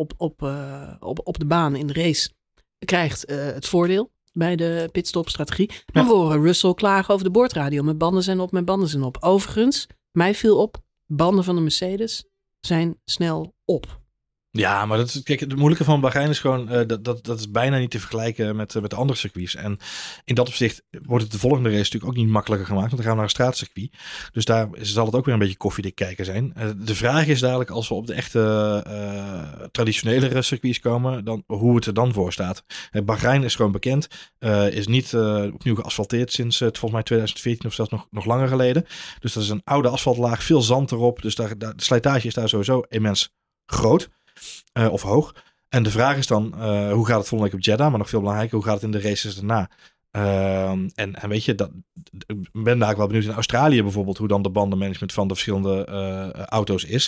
op de baan in de race, krijgt het voordeel bij de pitstopstrategie. Maar we horen Russell klagen over de boordradio. Mijn banden zijn op, mijn banden zijn op. Overigens, mij viel op, banden van de Mercedes zijn snel op. Ja, maar kijk, het moeilijke van Bahrein is gewoon dat is bijna niet te vergelijken met de andere circuits. En in dat opzicht wordt het de volgende race natuurlijk ook niet makkelijker gemaakt, want dan gaan we naar een straatcircuit. Dus daar zal het ook weer een beetje koffiedik kijken zijn. De vraag is dadelijk, als we op de echte traditionele circuits komen, dan hoe het er dan voor staat. Bahrein is gewoon bekend, is niet opnieuw geasfalteerd sinds volgens mij 2014 of zelfs nog langer geleden. Dus dat is een oude asfaltlaag, veel zand erop. Dus de slijtage is daar sowieso immens groot. Of hoog. En de vraag is dan, hoe gaat het volgende week op Jeddah? Maar nog veel belangrijker, hoe gaat het in de races daarna? En weet je, ik ben daar ook wel benieuwd in Australië bijvoorbeeld, hoe dan de bandenmanagement van de verschillende auto's is.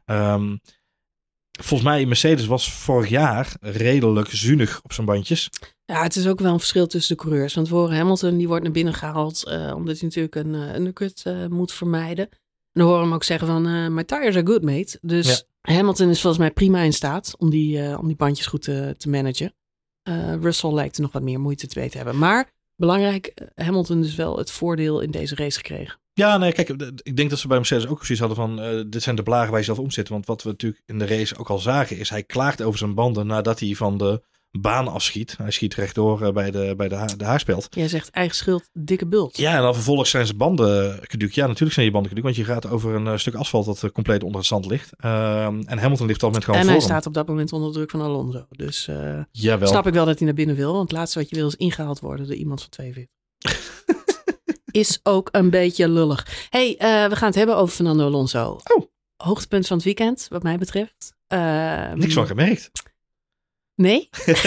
Volgens mij, Mercedes was vorig jaar redelijk zuinig op zijn bandjes. Ja, het is ook wel een verschil tussen de coureurs. Want voor Hamilton, die wordt naar binnen gehaald, omdat hij natuurlijk een undercut moet vermijden. En dan horen we hem ook zeggen van, my tires are good, mate. Dus Hamilton is volgens mij prima in staat om die bandjes goed te managen. Russell lijkt er nog wat meer moeite te weten hebben. Maar belangrijk, Hamilton dus wel het voordeel in deze race gekregen. Ja, nee, kijk, ik denk dat ze bij Mercedes ook precies hadden van, dit zijn de blagen waar je zelf om zit. Want wat we natuurlijk in de race ook al zagen is, hij klaagt over zijn banden nadat hij van de baan afschiet. Hij schiet rechtdoor bij de haarspeld. Jij zegt eigen schuld, dikke bult. Ja, en dan vervolgens zijn zijn banden caduc. Ja, natuurlijk zijn je banden caduc, want je gaat over een stuk asfalt dat compleet onder het zand ligt. En Hamilton ligt op dat moment gewoon voor hij hem. staat op dat moment onder druk van Alonso. Dus Jawel. Snap ik wel dat hij naar binnen wil. Want het laatste wat je wil is ingehaald worden door iemand van 42. Is ook een beetje lullig. Hey, we gaan het hebben over Fernando Alonso. Oh. Hoogtepunt van het weekend, wat mij betreft. Niks van gemerkt. Nee?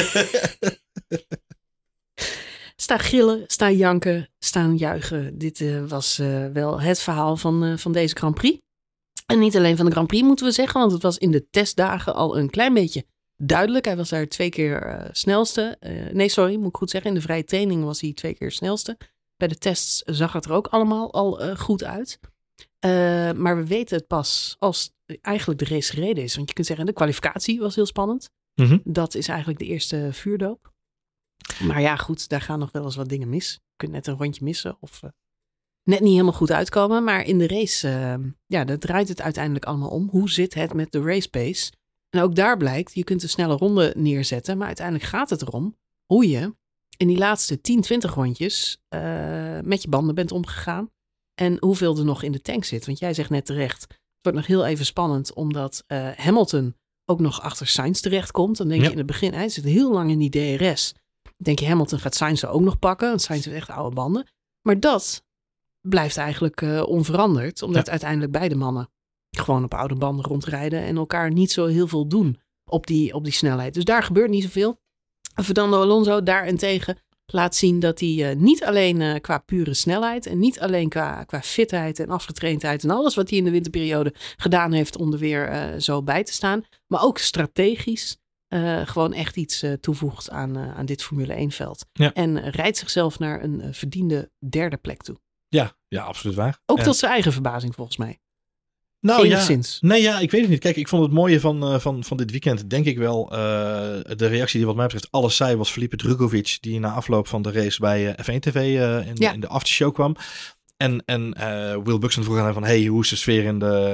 Staan gillen, staan janken, staan juichen. Dit was wel het verhaal van deze Grand Prix. En niet alleen van de Grand Prix moeten we zeggen, want het was in de testdagen al een klein beetje duidelijk. Hij was daar 2 keer snelste. Moet ik goed zeggen. In de vrije training was hij 2 keer snelste. Bij de tests zag het er ook allemaal al goed uit. Maar we weten het pas als eigenlijk de race gereden is. Want je kunt zeggen, de kwalificatie was heel spannend. Mm-hmm. Dat is eigenlijk de eerste vuurdoop. Maar ja, goed, daar gaan nog wel eens wat dingen mis. Je kunt net een rondje missen of net niet helemaal goed uitkomen. Maar in de race, daar draait het uiteindelijk allemaal om. Hoe zit het met de race pace? En ook daar blijkt, je kunt een snelle ronde neerzetten. Maar uiteindelijk gaat het erom hoe je in die laatste 10-20 rondjes met je banden bent omgegaan. En hoeveel er nog in de tank zit. Want jij zegt net terecht, het wordt nog heel even spannend. Omdat Hamilton ook nog achter Sainz terecht komt. Dan denk je in het begin, hij zit heel lang in die DRS. Dan denk je, Hamilton gaat Sainz ook nog pakken. Want Sainz heeft echt oude banden. Maar dat blijft eigenlijk onveranderd. Omdat uiteindelijk beide mannen gewoon op oude banden rondrijden. En elkaar niet zo heel veel doen op die snelheid. Dus daar gebeurt niet zoveel. Fernando Alonso daarentegen laat zien dat hij niet alleen qua pure snelheid. En niet alleen qua fitheid en afgetraindheid. En alles wat hij in de winterperiode gedaan heeft om er weer zo bij te staan. Maar ook strategisch gewoon echt iets toevoegt aan dit Formule 1 veld. Ja. En rijdt zichzelf naar een verdiende 3e plek toe. Ja, absoluut waar. Ook tot zijn eigen verbazing volgens mij. Nou enigszins. Ja, ik weet het niet. Kijk, ik vond het mooie van dit weekend, denk ik wel, de reactie die wat mij betreft alles zei, was Filipe Drugovich, die na afloop van de race bij F1 TV in de aftershow kwam. En Will Buxton vroeg aan hem van, hey, hoe is de sfeer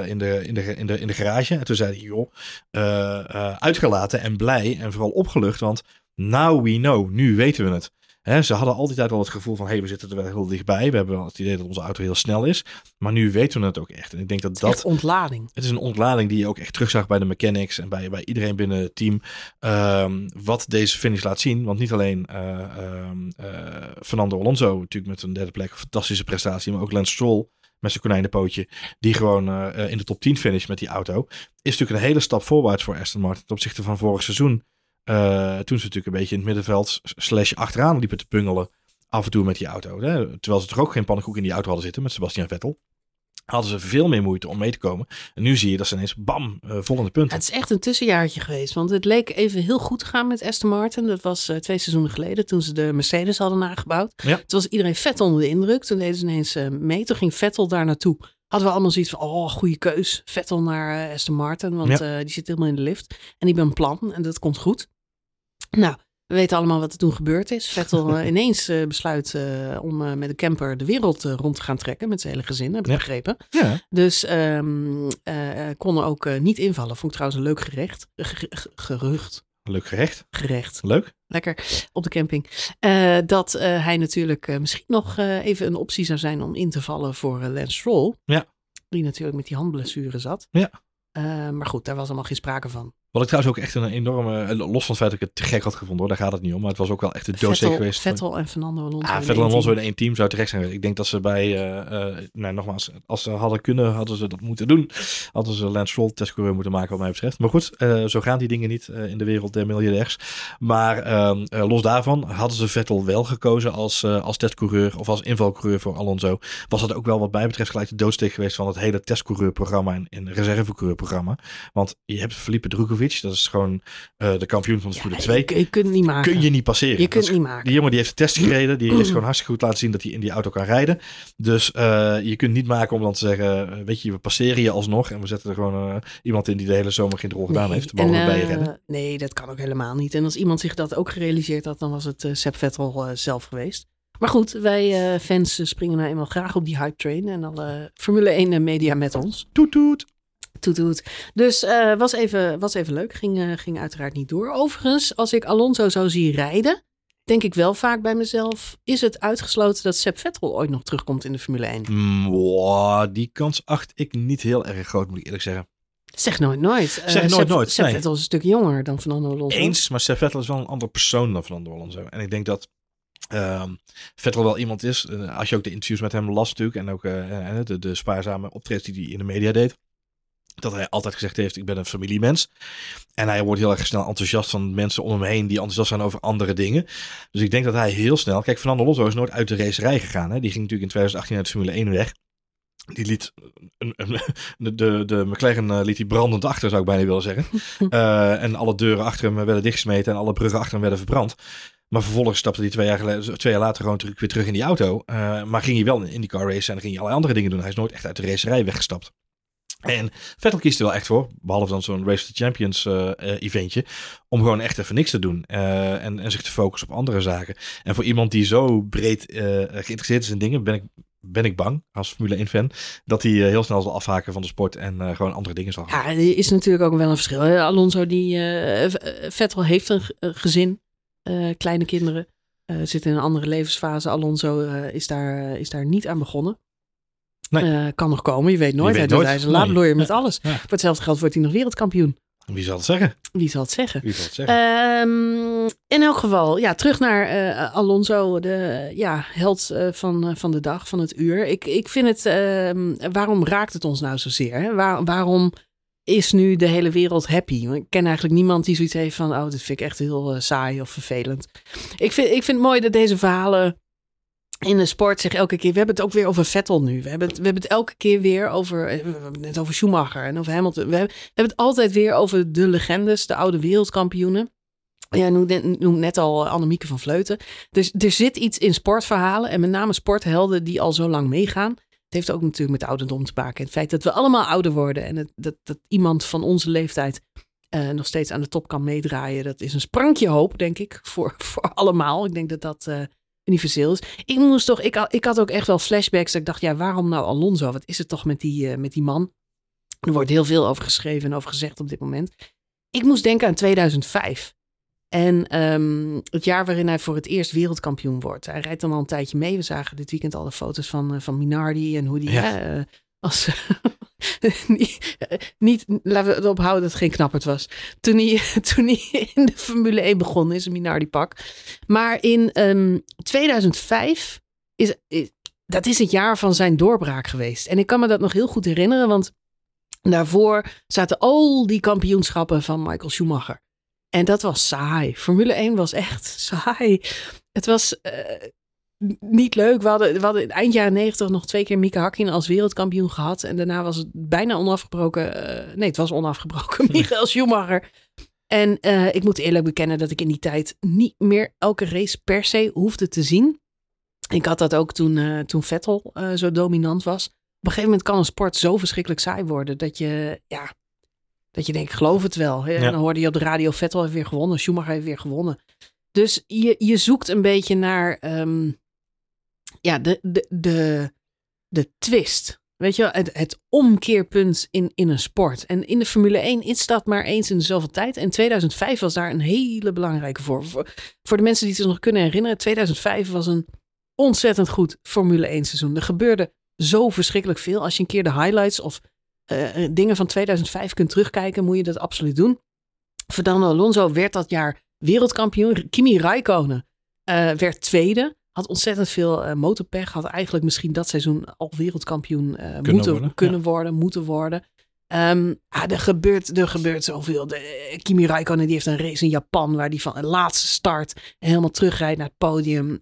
in de garage? En toen zei hij, joh, uitgelaten en blij en vooral opgelucht, want now we know, nu weten we het. Ze hadden altijd al het gevoel van, we zitten er wel heel dichtbij. We hebben wel het idee dat onze auto heel snel is. Maar nu weten we het ook echt. En ik denk dat het is echt ontlading. Het is een ontlading die je ook echt terugzag bij de mechanics en bij iedereen binnen het team. Wat deze finish laat zien. Want niet alleen Fernando Alonso natuurlijk met een derde plek, een fantastische prestatie. Maar ook Lance Stroll met zijn konijnenpootje. Die gewoon in de top 10 finish met die auto. Is natuurlijk een hele stap voorwaarts voor Aston Martin ten opzichte van vorig seizoen. Toen ze natuurlijk een beetje in het middenveld / achteraan liepen te pungelen af en toe met die auto. Hè? Terwijl ze er ook geen pannenkoek in die auto hadden zitten met Sebastian Vettel. Hadden ze veel meer moeite om mee te komen. En nu zie je dat ze ineens bam, volgende punten. Het is echt een tussenjaartje geweest. Want het leek even heel goed te gaan met Aston Martin. Dat was 2 seizoenen geleden toen ze de Mercedes hadden nagebouwd. Ja. Toen was iedereen vet onder de indruk. Toen deden ze ineens mee. Toen ging Vettel daar naartoe. Hadden we allemaal zoiets van, goede keus. Vettel naar Aston Martin, want die zit helemaal in de lift. En die heeft een plan en dat komt goed. Nou, we weten allemaal wat er toen gebeurd is. Vettel ineens besluit om met een camper de wereld rond te gaan trekken. Met zijn hele gezin, heb ik begrepen. Ja. Dus kon er ook niet invallen. Vond ik trouwens een leuk gerucht. Leuk gerecht? Leuk. Lekker op de camping. Dat hij natuurlijk misschien nog even een optie zou zijn om in te vallen voor Lance Stroll. Ja. Die natuurlijk met die handblessure zat. Ja. Maar goed, daar was allemaal geen sprake van. Wat ik trouwens ook echt een enorme, los van het feit dat ik het te gek had gevonden hoor, daar gaat het niet om. Maar het was ook wel echt de doodsteek geweest. Vettel en Fernando Alonso. Vettel en Alonso in 1 team zou terecht zijn. Ik denk dat ze nogmaals, als ze hadden kunnen, hadden ze dat moeten doen. Hadden ze Lance Stroll testcoureur moeten maken wat mij betreft. Maar goed, zo gaan die dingen niet in de wereld der miljardairs. Maar los daarvan hadden ze Vettel wel gekozen als testcoureur of als invalcoureur voor Alonso. Was dat ook wel wat mij betreft gelijk de doodsteek geweest van het hele testcoureurprogramma en reservecoureurprogramma. Want je hebt Filipe Drugovich. Dat is gewoon de kampioen van de Formule 2. Je kunt het niet maken. Kun je niet passeren. Je kunt het niet maken. Die jongen die heeft de test gereden. Die heeft gewoon hartstikke goed laten zien dat hij in die auto kan rijden. Dus je kunt niet maken om dan te zeggen, weet je, we passeren je alsnog. En we zetten er gewoon iemand in die de hele zomer geen rol gedaan heeft. Behalve bij je redden. Nee, dat kan ook helemaal niet. En als iemand zich dat ook gerealiseerd had, dan was het Seb Vettel zelf geweest. Maar goed, wij fans springen nou eenmaal graag op die hype train. En alle Formule 1 media met ons. Toet toet. Dus was even leuk. Ging uiteraard niet door. Overigens, als ik Alonso zou zien rijden, denk ik wel vaak bij mezelf, is het uitgesloten dat Seb Vettel ooit nog terugkomt in de Formule 1? Die kans acht ik niet heel erg groot, moet ik eerlijk zeggen. Zeg nooit. Seb Vettel is een stuk jonger dan Fernando Alonso. Eens, maar Seb Vettel is wel een andere persoon dan Fernando Alonso. En ik denk dat Vettel wel iemand is, als je ook de interviews met hem las natuurlijk, en ook de spaarzame optredens die hij in de media deed, dat hij altijd gezegd heeft, ik ben een familiemens. En hij wordt heel erg snel enthousiast van mensen om hem heen die enthousiast zijn over andere dingen. Dus ik denk dat hij heel snel... Kijk, Fernando Alonso is nooit uit de racerij gegaan. Hè? Die ging natuurlijk in 2018 uit de Formule 1 weg. Die liet de McLaren liet hij brandend achter, zou ik bijna willen zeggen. En alle deuren achter hem werden dichtgesmeten en alle bruggen achter hem werden verbrand. Maar vervolgens stapte hij 2 jaar later gewoon weer terug in die auto. Maar ging hij wel in die car race en ging hij allerlei andere dingen doen. Hij is nooit echt uit de racerij weggestapt. En Vettel kiest er wel echt voor, behalve dan zo'n Race of the Champions eventje, om gewoon echt even niks te doen en zich te focussen op andere zaken. En voor iemand die zo breed geïnteresseerd is in dingen, ben ik bang als Formule 1 fan, dat hij heel snel zal afhaken van de sport en gewoon andere dingen zal gaan. Ja, er is natuurlijk ook wel een verschil. Alonso, Vettel heeft een gezin, kleine kinderen, zit in een andere levensfase. Alonso is daar niet aan begonnen. Nee. Kan nog komen, je weet nooit. Hij is een laadlooier met alles. Ja. Voor hetzelfde geld wordt hij nog wereldkampioen. Wie zal het zeggen? In elk geval, terug naar Alonso, de held van de dag, van het uur. Ik vind het, waarom raakt het ons nou zozeer? Hè? Waarom is nu de hele wereld happy? Ik ken eigenlijk niemand die zoiets heeft van, dit vind ik echt heel saai of vervelend. Ik vind het mooi dat deze verhalen in de sport zich elke keer... We hebben het ook weer over Vettel nu. We hebben het elke keer weer over... We hebben het net over Schumacher en over Hamilton. We hebben het altijd weer over de legendes, de oude wereldkampioenen. Ja, noem net al Annemieke van Vleuten. Dus er zit iets in sportverhalen en met name sporthelden die al zo lang meegaan. Het heeft ook natuurlijk met ouderdom te maken. Het feit dat we allemaal ouder worden en dat iemand van onze leeftijd nog steeds aan de top kan meedraaien. Dat is een sprankje hoop, denk ik, voor allemaal. Ik denk dat universeel is. Ik had ook echt wel flashbacks. Dat ik dacht, ja, waarom nou Alonso? Wat is het toch met die man? Er wordt heel veel over geschreven en over gezegd op dit moment. Ik moest denken aan 2005. En het jaar waarin hij voor het eerst wereldkampioen wordt. Hij rijdt dan al een tijdje mee. We zagen dit weekend al de foto's van Minardi en hoe die niet, laten we erop houden dat het geen knapperd was. Toen hij in de Formule 1 begon in zijn Minardi pak. Maar in 2005 dat is het jaar van zijn doorbraak geweest. En ik kan me dat nog heel goed herinneren, want daarvoor zaten al die kampioenschappen van Michael Schumacher. En dat was saai. Formule 1 was echt saai. Het was niet leuk. We hadden eind jaren 90 nog 2 keer Mika Hakkinen als wereldkampioen gehad. En daarna was het bijna onafgebroken. Het was onafgebroken. Michael Schumacher. En ik moet eerlijk bekennen dat ik in die tijd niet meer elke race per se hoefde te zien. Ik had dat ook toen Vettel zo dominant was. Op een gegeven moment kan een sport zo verschrikkelijk saai worden dat je denkt, ik geloof het wel. Ja. En dan hoorde je op de radio, Vettel heeft weer gewonnen, Schumacher heeft weer gewonnen. Dus je zoekt een beetje naar de twist. Weet je wel, het omkeerpunt in een sport. En in de Formule 1 is dat maar eens in dezelfde tijd. En 2005 was daar een hele belangrijke voor de mensen die het zich nog kunnen herinneren. 2005 was een ontzettend goed Formule 1 seizoen. Er gebeurde zo verschrikkelijk veel. Als je een keer de highlights of dingen van 2005 kunt terugkijken, moet je dat absoluut doen. Fernando Alonso werd dat jaar wereldkampioen. Kimi Räikkönen werd tweede. Had ontzettend veel motorpech. Had eigenlijk misschien dat seizoen al wereldkampioen moeten worden. Er gebeurt zoveel. Kimi Räikkönen die heeft een race in Japan waar die van een laatste start en helemaal terugrijdt naar het podium.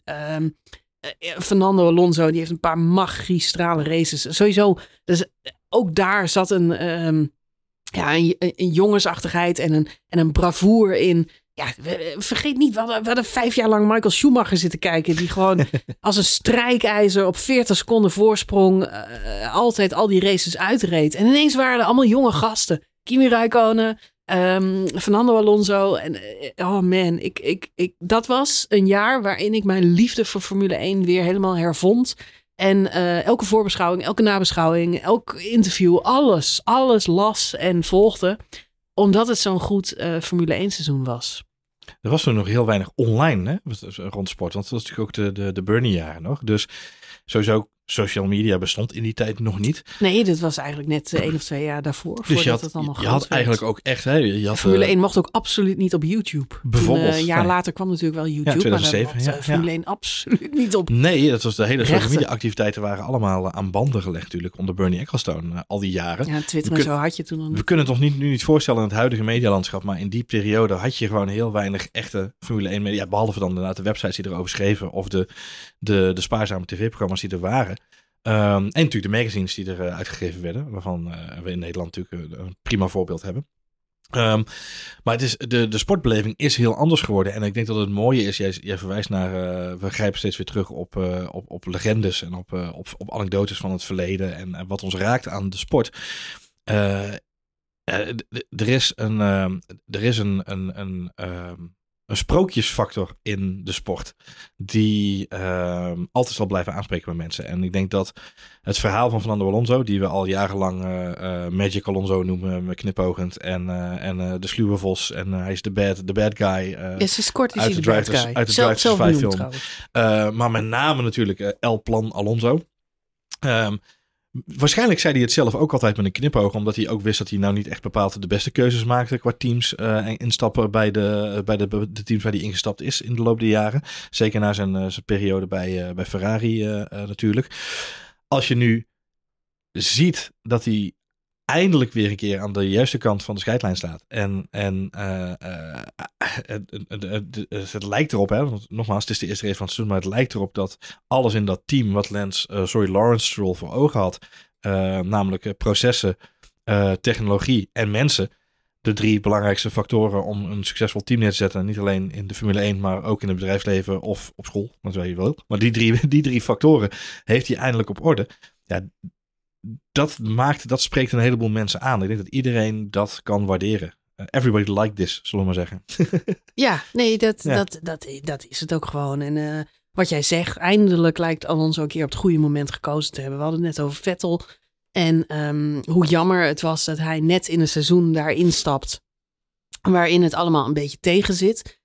Fernando Alonso die heeft een paar magistrale races. Sowieso, dus ook daar zat een jongensachtigheid en een bravoure in. Ja, vergeet niet, we hadden 5 jaar lang Michael Schumacher zitten kijken. Die gewoon als een strijkijzer op 40 seconden voorsprong altijd al die races uitreed. En ineens waren er allemaal jonge gasten. Kimi Räikkönen, Fernando Alonso. En oh man, dat was een jaar waarin ik mijn liefde voor Formule 1 weer helemaal hervond. En elke voorbeschouwing, elke nabeschouwing, elk interview, alles las en volgde. Omdat het zo'n goed Formule 1 seizoen was. Er was toen nog heel weinig online rond sport. Want dat was natuurlijk ook de Bernie-jaren nog. Dus sowieso social media bestond in die tijd nog niet. Nee, dat was eigenlijk net 1 of 2 jaar daarvoor. Dus je had eigenlijk ook echt... Formule 1 mocht ook absoluut niet op YouTube. Bijvoorbeeld. Een jaar later kwam natuurlijk wel YouTube. Ja, 2007. Maar Formule 1 absoluut niet op. Nee, dat was de hele social media activiteiten waren allemaal aan banden gelegd natuurlijk. Onder Bernie Ecclestone al die jaren. Ja, Twitter en zo had je toen nog niet. We kunnen het ons nu niet voorstellen in het huidige medialandschap. Maar in die periode had je gewoon heel weinig echte Formule 1 media. Behalve dan inderdaad de websites die erover schreven. Of de spaarzame tv-programma's die er waren. En natuurlijk de magazines die er uitgegeven werden, waarvan we in Nederland natuurlijk een prima voorbeeld hebben. Maar het is, de sportbeleving is heel anders geworden. En ik denk dat het mooie is, jij verwijst naar, we grijpen steeds weer terug op legendes en op anekdotes van het verleden en wat ons raakt aan de sport. Er is een sprookjesfactor in de sport die altijd zal blijven aanspreken bij mensen. En ik denk dat het verhaal van Fernando Alonso, die we al jarenlang Magic Alonso noemen, met knipoogend en de sluwe vos en hij is de bad guy uit de Drivers 5 film. Maar met name natuurlijk El Plan Alonso. Waarschijnlijk zei hij het zelf ook altijd met een knipoog, omdat hij ook wist dat hij nou niet echt bepaald de beste keuzes maakte qua teams en instappen bij de teams waar hij ingestapt is in de loop der jaren. Zeker na zijn periode bij Ferrari natuurlijk. Als je nu ziet dat hij eindelijk weer een keer aan de juiste kant van de scheidlijn staat. Het lijkt erop, hè, want nogmaals, het is de eerste race van het seizoen, maar het lijkt erop dat alles in dat team wat Lawrence Stroll voor ogen had, namelijk processen, technologie en mensen, de 3 belangrijkste factoren om een succesvol team neer te zetten. Niet alleen in de Formule 1, maar ook in het bedrijfsleven of op school, wat je wil. Maar die drie factoren heeft hij eindelijk op orde. dat spreekt een heleboel mensen aan. Ik denk dat iedereen dat kan waarderen. Everybody like this, zullen we maar zeggen. Ja, nee, dat is het ook gewoon. En wat jij zegt, eindelijk lijkt Alonso een keer op het goede moment gekozen te hebben. We hadden het net over Vettel. En hoe jammer het was dat hij net in een seizoen daarin stapt. Waarin het allemaal een beetje tegen zit.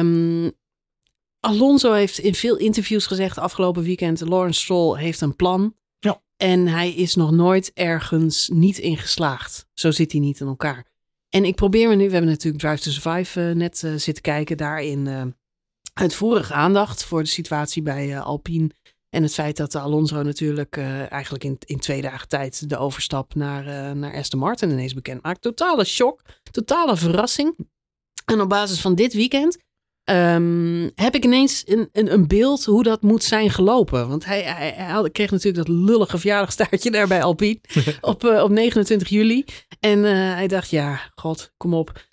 Alonso heeft in veel interviews gezegd afgelopen weekend. Lawrence Stroll heeft een plan. Ja. En hij is nog nooit ergens niet in geslaagd. Zo zit hij niet in elkaar. En ik probeer me nu, we hebben natuurlijk Drive to Survive net zitten kijken. Daarin uitvoerig aandacht voor de situatie bij Alpine. En het feit dat Alonso natuurlijk eigenlijk in 2 dagen tijd de overstap naar Aston Martin ineens bekend maakt. Totale shock, totale verrassing. En op basis van dit weekend heb ik ineens een beeld hoe dat moet zijn gelopen. Want hij kreeg natuurlijk dat lullige verjaardagstaartje daar bij Alpine op 29 juli. En hij dacht, ja, god, kom op.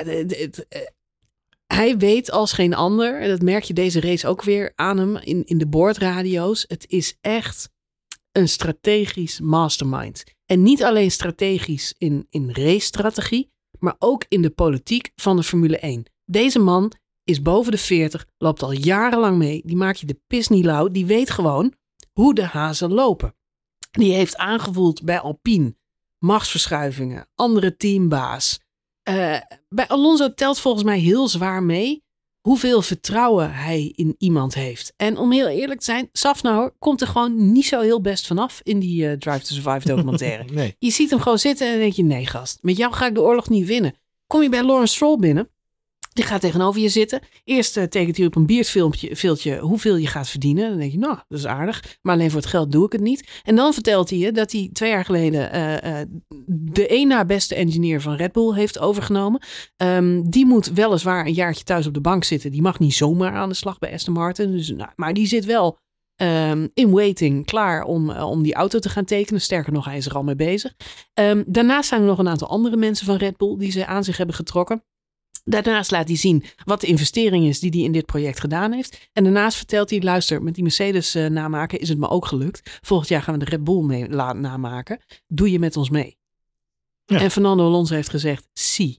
Hij weet als geen ander, en dat merk je deze race ook weer aan hem in de boordradio's. Het is echt een strategisch mastermind. En niet alleen strategisch in racestrategie, maar ook in de politiek van de Formule 1. Deze man is boven de 40, loopt al jarenlang mee. Die maakt je de pis niet lauw. Die weet gewoon hoe de hazen lopen. Die heeft aangevoeld bij Alpine machtsverschuivingen, andere teambaas. Bij Alonso telt volgens mij heel zwaar mee hoeveel vertrouwen hij in iemand heeft. En om heel eerlijk te zijn, Safnauer komt er gewoon niet zo heel best vanaf in die Drive to Survive documentaire. Nee. Je ziet hem gewoon zitten en dan denk je, nee gast, met jou ga ik de oorlog niet winnen. Kom je bij Lawrence Stroll binnen, die gaat tegenover je zitten. Eerst tekent hij op een biertveeltje hoeveel je gaat verdienen. Dan denk je, nou, dat is aardig. Maar alleen voor het geld doe ik het niet. En dan vertelt hij je dat hij 2 jaar geleden de één na beste engineer van Red Bull heeft overgenomen. Die moet weliswaar een jaartje thuis op de bank zitten. Die mag niet zomaar aan de slag bij Aston Martin. Dus, maar die zit wel in waiting, klaar om die auto te gaan tekenen. Sterker nog, hij is er al mee bezig. Daarnaast zijn er nog een aantal andere mensen van Red Bull die ze aan zich hebben getrokken. Daarnaast laat hij zien wat de investering is die hij in dit project gedaan heeft. En daarnaast vertelt hij, luister, met die Mercedes namaken is het me ook gelukt. Volgend jaar gaan we de Red Bull mee namaken. Doe je met ons mee? Ja. En Fernando Alonso heeft gezegd, zie.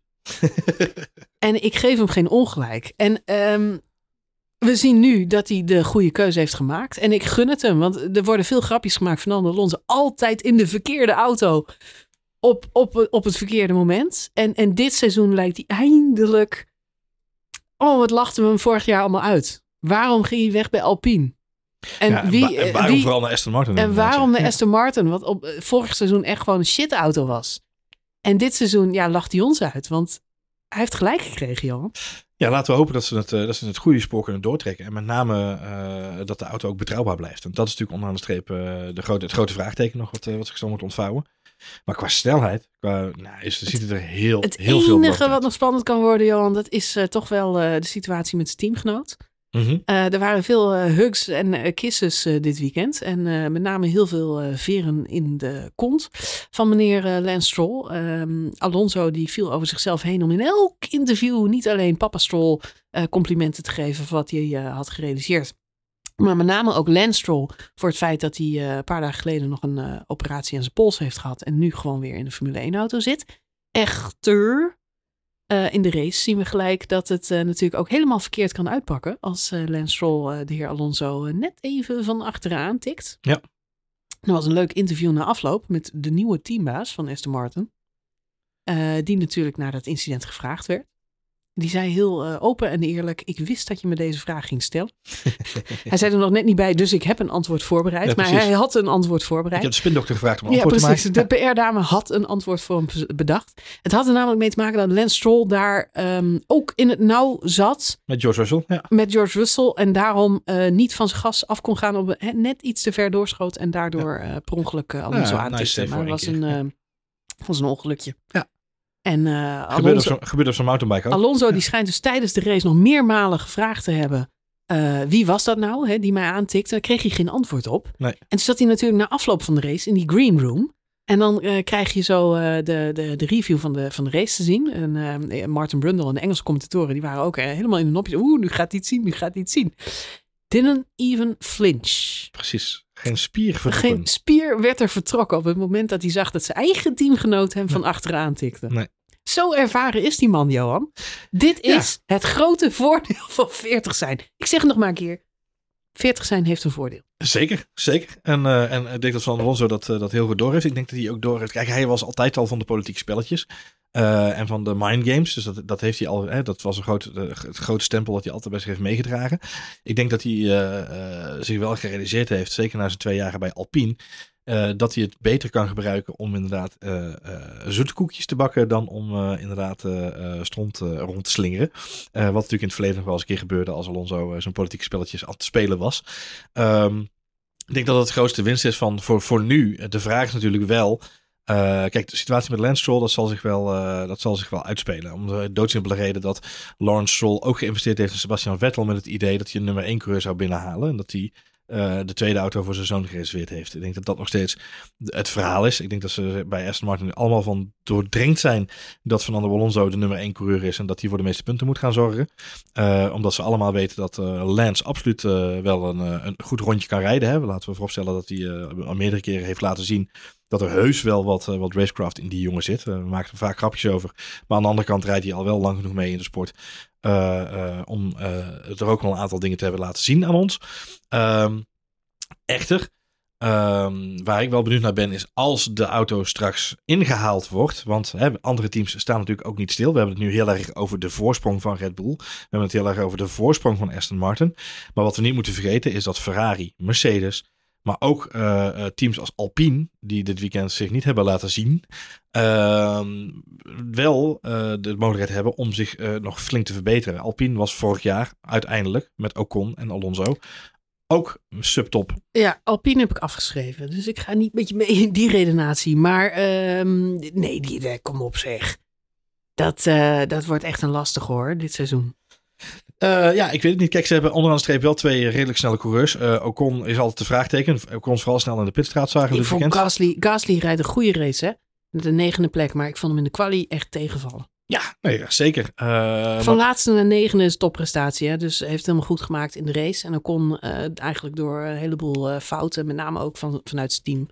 En ik geef hem geen ongelijk. En we zien nu dat hij de goede keuze heeft gemaakt. En ik gun het hem, want er worden veel grapjes gemaakt. Fernando Alonso altijd in de verkeerde auto. Op het verkeerde moment. En dit seizoen lijkt hij eindelijk... Oh, wat lachten we hem vorig jaar allemaal uit. Waarom ging hij weg bij Alpine? En waarom vooral naar Aston Martin? En waarom naar Aston Martin? Wat vorig seizoen echt gewoon een shitauto was. En dit seizoen, lacht hij ons uit. Want hij heeft gelijk gekregen, Johan. Ja, laten we hopen dat ze het goede spoor kunnen doortrekken. En met name dat de auto ook betrouwbaar blijft. En dat is natuurlijk onderaan de streep het grote vraagteken nog wat zich zo moet ontvouwen. Maar qua snelheid, ziet het er heel veel Het enige wat nog spannend kan worden, Johan, dat is toch wel de situatie met zijn teamgenoot. Mm-hmm. Er waren veel hugs en kisses dit weekend. En met name heel veel veren in de kont van meneer Lance Stroll. Alonso die viel over zichzelf heen om in elk interview niet alleen papa Stroll complimenten te geven voor wat hij had gerealiseerd. Maar met name ook Lance Stroll voor het feit dat hij een paar dagen geleden nog een operatie aan zijn pols heeft gehad. En nu gewoon weer in de Formule 1 auto zit. Echter, in de race zien we gelijk dat het natuurlijk ook helemaal verkeerd kan uitpakken. Als Lance Stroll de heer Alonso net even van achteraan tikt. Ja. Er was een leuk interview na afloop met de nieuwe teambaas van Aston Martin. Die natuurlijk naar dat incident gevraagd werd. Die zei heel open en eerlijk, ik wist dat je me deze vraag ging stellen. Hij zei er nog net niet bij, dus ik heb een antwoord voorbereid. Ja, maar hij had een antwoord voorbereid. Ik heb de spindokter gevraagd om een antwoord te maken. De PR-dame had een antwoord voor hem bedacht. Het had er namelijk mee te maken dat Lance Stroll daar ook in het nauw zat. Met George Russell, ja. Met George Russell en daarom niet van zijn gas af kon gaan. Net iets te ver doorschoot en daardoor per ongeluk Alonso aantikte. Nice, maar het was een ongelukje. Ja. En gebeurde op zo'n mountainbike ook. Alonso die schijnt dus tijdens de race nog meermalen gevraagd te hebben. Wie was dat nou die mij aantikte? Daar kreeg hij geen antwoord op. Nee. En toen zat hij natuurlijk na afloop van de race in die green room. En dan krijg je zo de review van de race te zien. En Martin Brundle en de Engelse commentatoren die waren ook helemaal in de nopjes. Nu gaat hij het zien, nu gaat hij het zien. Didn't even flinch. Precies. Geen spier vertrokken. Geen spier werd er vertrokken op het moment dat hij zag dat zijn eigen teamgenoot hem van achteraan tikte. Nee. Zo ervaren is die man, Johan. Dit is het grote voordeel van 40 zijn. Ik zeg het nog maar een keer. 40 zijn heeft een voordeel. Zeker. En ik denk dat Van Alonso dat heel goed door heeft. Ik denk dat hij ook door heeft. Kijk, hij was altijd al van de politieke spelletjes. En van de mind games. Dus dat heeft hij al. Dat was het grote stempel dat hij altijd bij zich heeft meegedragen. Ik denk dat hij zich wel gerealiseerd heeft. Zeker na zijn 2 jaar bij Alpine. Dat hij het beter kan gebruiken om inderdaad zoete koekjes te bakken dan om inderdaad stront rond te slingeren. Wat natuurlijk in het verleden nog wel eens een keer gebeurde als Alonso zo'n politieke spelletjes aan het spelen was. Ik denk dat het grootste winst is voor nu. De vraag is natuurlijk wel. Kijk, de situatie met Lance Stroll, dat zal zich wel uitspelen. Om de doodsimpele reden dat Lawrence Stroll ook geïnvesteerd heeft in Sebastian Vettel met het idee dat hij een nummer 1 coureur zou binnenhalen. En dat hij de tweede auto voor zijn zoon gereserveerd heeft. Ik denk dat dat nog steeds het verhaal is. Ik denk dat ze bij Aston Martin allemaal van doordringd zijn dat Fernando Alonso de nummer 1 coureur is en dat hij voor de meeste punten moet gaan zorgen. Omdat ze allemaal weten dat Lance absoluut wel een goed rondje kan rijden. Hè. Laten we vooropstellen dat hij al meerdere keren heeft laten zien dat er heus wel wat racecraft in die jongen zit. We maken er vaak grapjes over. Maar aan de andere kant rijdt hij al wel lang genoeg mee in de sport. Om er ook wel een aantal dingen te hebben laten zien aan ons. Echter, waar ik wel benieuwd naar ben, is als de auto straks ingehaald wordt. Want andere teams staan natuurlijk ook niet stil. We hebben het nu heel erg over de voorsprong van Red Bull. We hebben het heel erg over de voorsprong van Aston Martin. Maar wat we niet moeten vergeten is dat Ferrari, Mercedes, maar ook teams als Alpine, die dit weekend zich niet hebben laten zien, wel de mogelijkheid hebben om zich nog flink te verbeteren. Alpine was vorig jaar uiteindelijk met Ocon en Alonso ook subtop. Ja, Alpine heb ik afgeschreven. Dus ik ga niet met je mee in die redenatie. Maar nee, kom op zeg. Dat wordt echt een lastig hoor, dit seizoen. Ja, ik weet het niet. Kijk, ze hebben onderaan de streep wel 2 redelijk snelle coureurs. Ocon is altijd de vraagteken. Ocon is vooral snel in de pitstraat zagen. Ik vond Gasly rijdt een goede race, hè? Met de 9e plek. Maar ik vond hem in de quali echt tegenvallen. Ja, nee, zeker. Van laatste naar 9e is topprestatie. Hè? Dus heeft helemaal goed gemaakt in de race. En Ocon eigenlijk door een heleboel fouten, met name ook vanuit zijn team,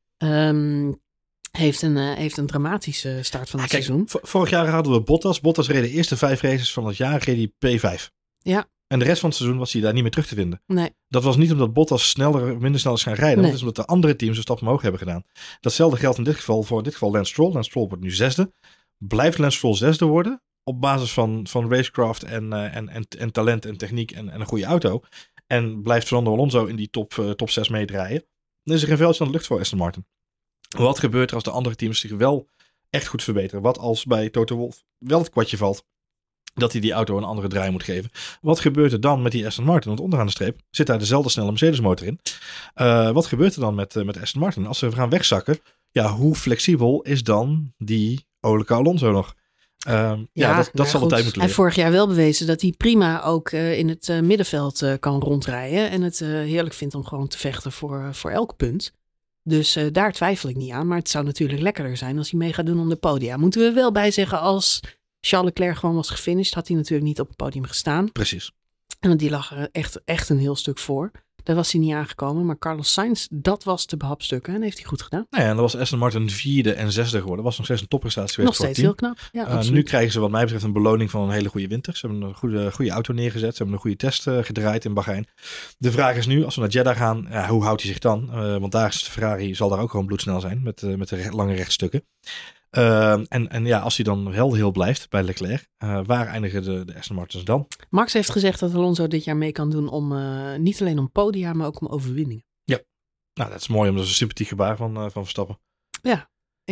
heeft een dramatische start van het seizoen. Vorig jaar hadden we Bottas. Bottas reed de eerste 5 races van het jaar, reed hij P5. Ja. En de rest van het seizoen was hij daar niet meer terug te vinden. Nee. Dat was niet omdat Bottas minder snel is gaan rijden. Nee. Dat is omdat de andere teams een stap omhoog hebben gedaan. Datzelfde geldt in dit geval voor Lance Stroll. Lance Stroll wordt nu 6e. Blijft Lance Stroll 6e worden op basis van racecraft en talent en techniek en een goede auto. En blijft Fernando Alonso in die top 6 meedraaien. Dan is er geen veldje aan de lucht voor Aston Martin. Wat gebeurt er als de andere teams zich wel echt goed verbeteren? Wat als bij Toto Wolff wel het kwartje valt dat hij die auto een andere draai moet geven? Wat gebeurt er dan met die Aston Martin? Want onderaan de streep zit daar dezelfde snelle Mercedes motor in. Wat gebeurt er dan met Aston Martin? Als ze gaan wegzakken, ja, hoe flexibel is dan die Oleke Alonso nog? Dat zal de tijd moeten leren. Hij heeft vorig jaar wel bewezen dat hij prima ook in het middenveld kan rondrijden. En het heerlijk vindt om gewoon te vechten voor elk punt. Dus daar twijfel ik niet aan. Maar het zou natuurlijk lekkerder zijn als hij mee gaat doen om de podia. Moeten we wel bij zeggen, als Charles Leclerc gewoon was gefinished, had hij natuurlijk niet op het podium gestaan. Precies. En die lag er echt een heel stuk voor. Daar was hij niet aangekomen. Maar Carlos Sainz, dat was te behapstukken. En heeft hij goed gedaan. Nou ja, en dan was Aston Martin 4e en 6e geworden. Dat was nog steeds een topprestatie. Nog steeds heel knap. Ja, nu krijgen ze wat mij betreft een beloning van een hele goede winter. Ze hebben een goede auto neergezet. Ze hebben een goede test gedraaid in Bahrein. De vraag is nu, als we naar Jeddah gaan, hoe houdt hij zich dan? Want daar is de Ferrari, zal daar ook gewoon bloedsnel zijn met de lange rechtstukken. Als hij dan wel heel blijft bij Leclerc, waar eindigen de Aston Martins dan? Max heeft gezegd dat Alonso dit jaar mee kan doen om niet alleen om podia, maar ook om overwinningen. Ja, nou dat is mooi, omdat dat is een sympathiek gebaar van Verstappen. Ja,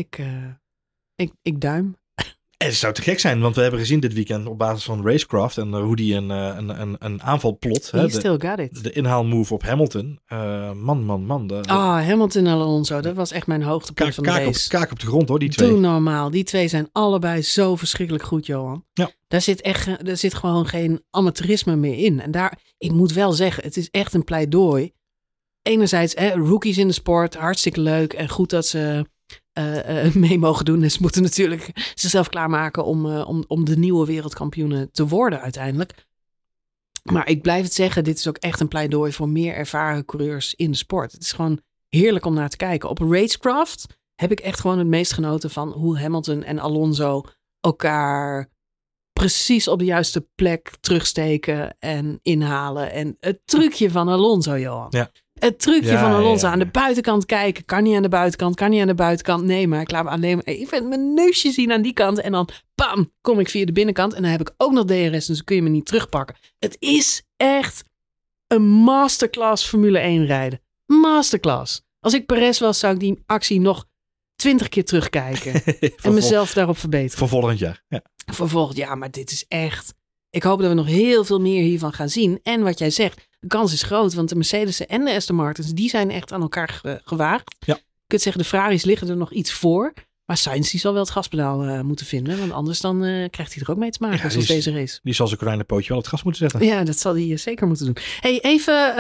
ik duim. Het zou te gek zijn, want we hebben gezien dit weekend op basis van racecraft en hoe die een aanval plot. Still got it. De inhaalmove op Hamilton. Man. Hamilton en Alonso, dat was echt mijn hoogtepunt van de race. Kaak op de grond hoor, die twee. Doe normaal, die twee zijn allebei zo verschrikkelijk goed, Johan. Ja. Daar zit gewoon geen amateurisme meer in. En ik moet wel zeggen, het is echt een pleidooi. Enerzijds, rookies in de sport, hartstikke leuk en goed dat ze mee mogen doen. En ze moeten natuurlijk zichzelf klaarmaken om de nieuwe wereldkampioenen te worden uiteindelijk. Maar ik blijf het zeggen, dit is ook echt een pleidooi voor meer ervaren coureurs in de sport. Het is gewoon heerlijk om naar te kijken. Op Racecraft heb ik echt gewoon het meest genoten van hoe Hamilton en Alonso elkaar precies op de juiste plek terugsteken en inhalen. En het trucje van Alonso, Johan. Ja. Het trucje van Alonso aan de buitenkant kijken. Kan niet aan de buitenkant, kan niet aan de buitenkant. Nee, maar ik laat me alleen maar even mijn neusje zien aan die kant. En dan, bam, kom ik via de binnenkant. En dan heb ik ook nog DRS, dus dan kun je me niet terugpakken. Het is echt een masterclass Formule 1 rijden. Masterclass. Als ik Perez was, zou ik die actie nog 20 keer terugkijken. En mezelf daarop verbeteren. Voor volgend jaar. Ja. Voor volgend jaar, maar dit is echt... Ik hoop dat we nog heel veel meer hiervan gaan zien. En wat jij zegt, de kans is groot. Want de Mercedes'en en de Aston Martins, die zijn echt aan elkaar gewaagd. Ja. Je kunt zeggen, de Ferraris liggen er nog iets voor. Maar Sainz die zal wel het gaspedaal moeten vinden. Want anders dan krijgt hij er ook mee te maken, zoals deze race. Die zal zijn konijnenpootje wel het gas moeten zetten. Ja, dat zal hij zeker moeten doen. Hey, even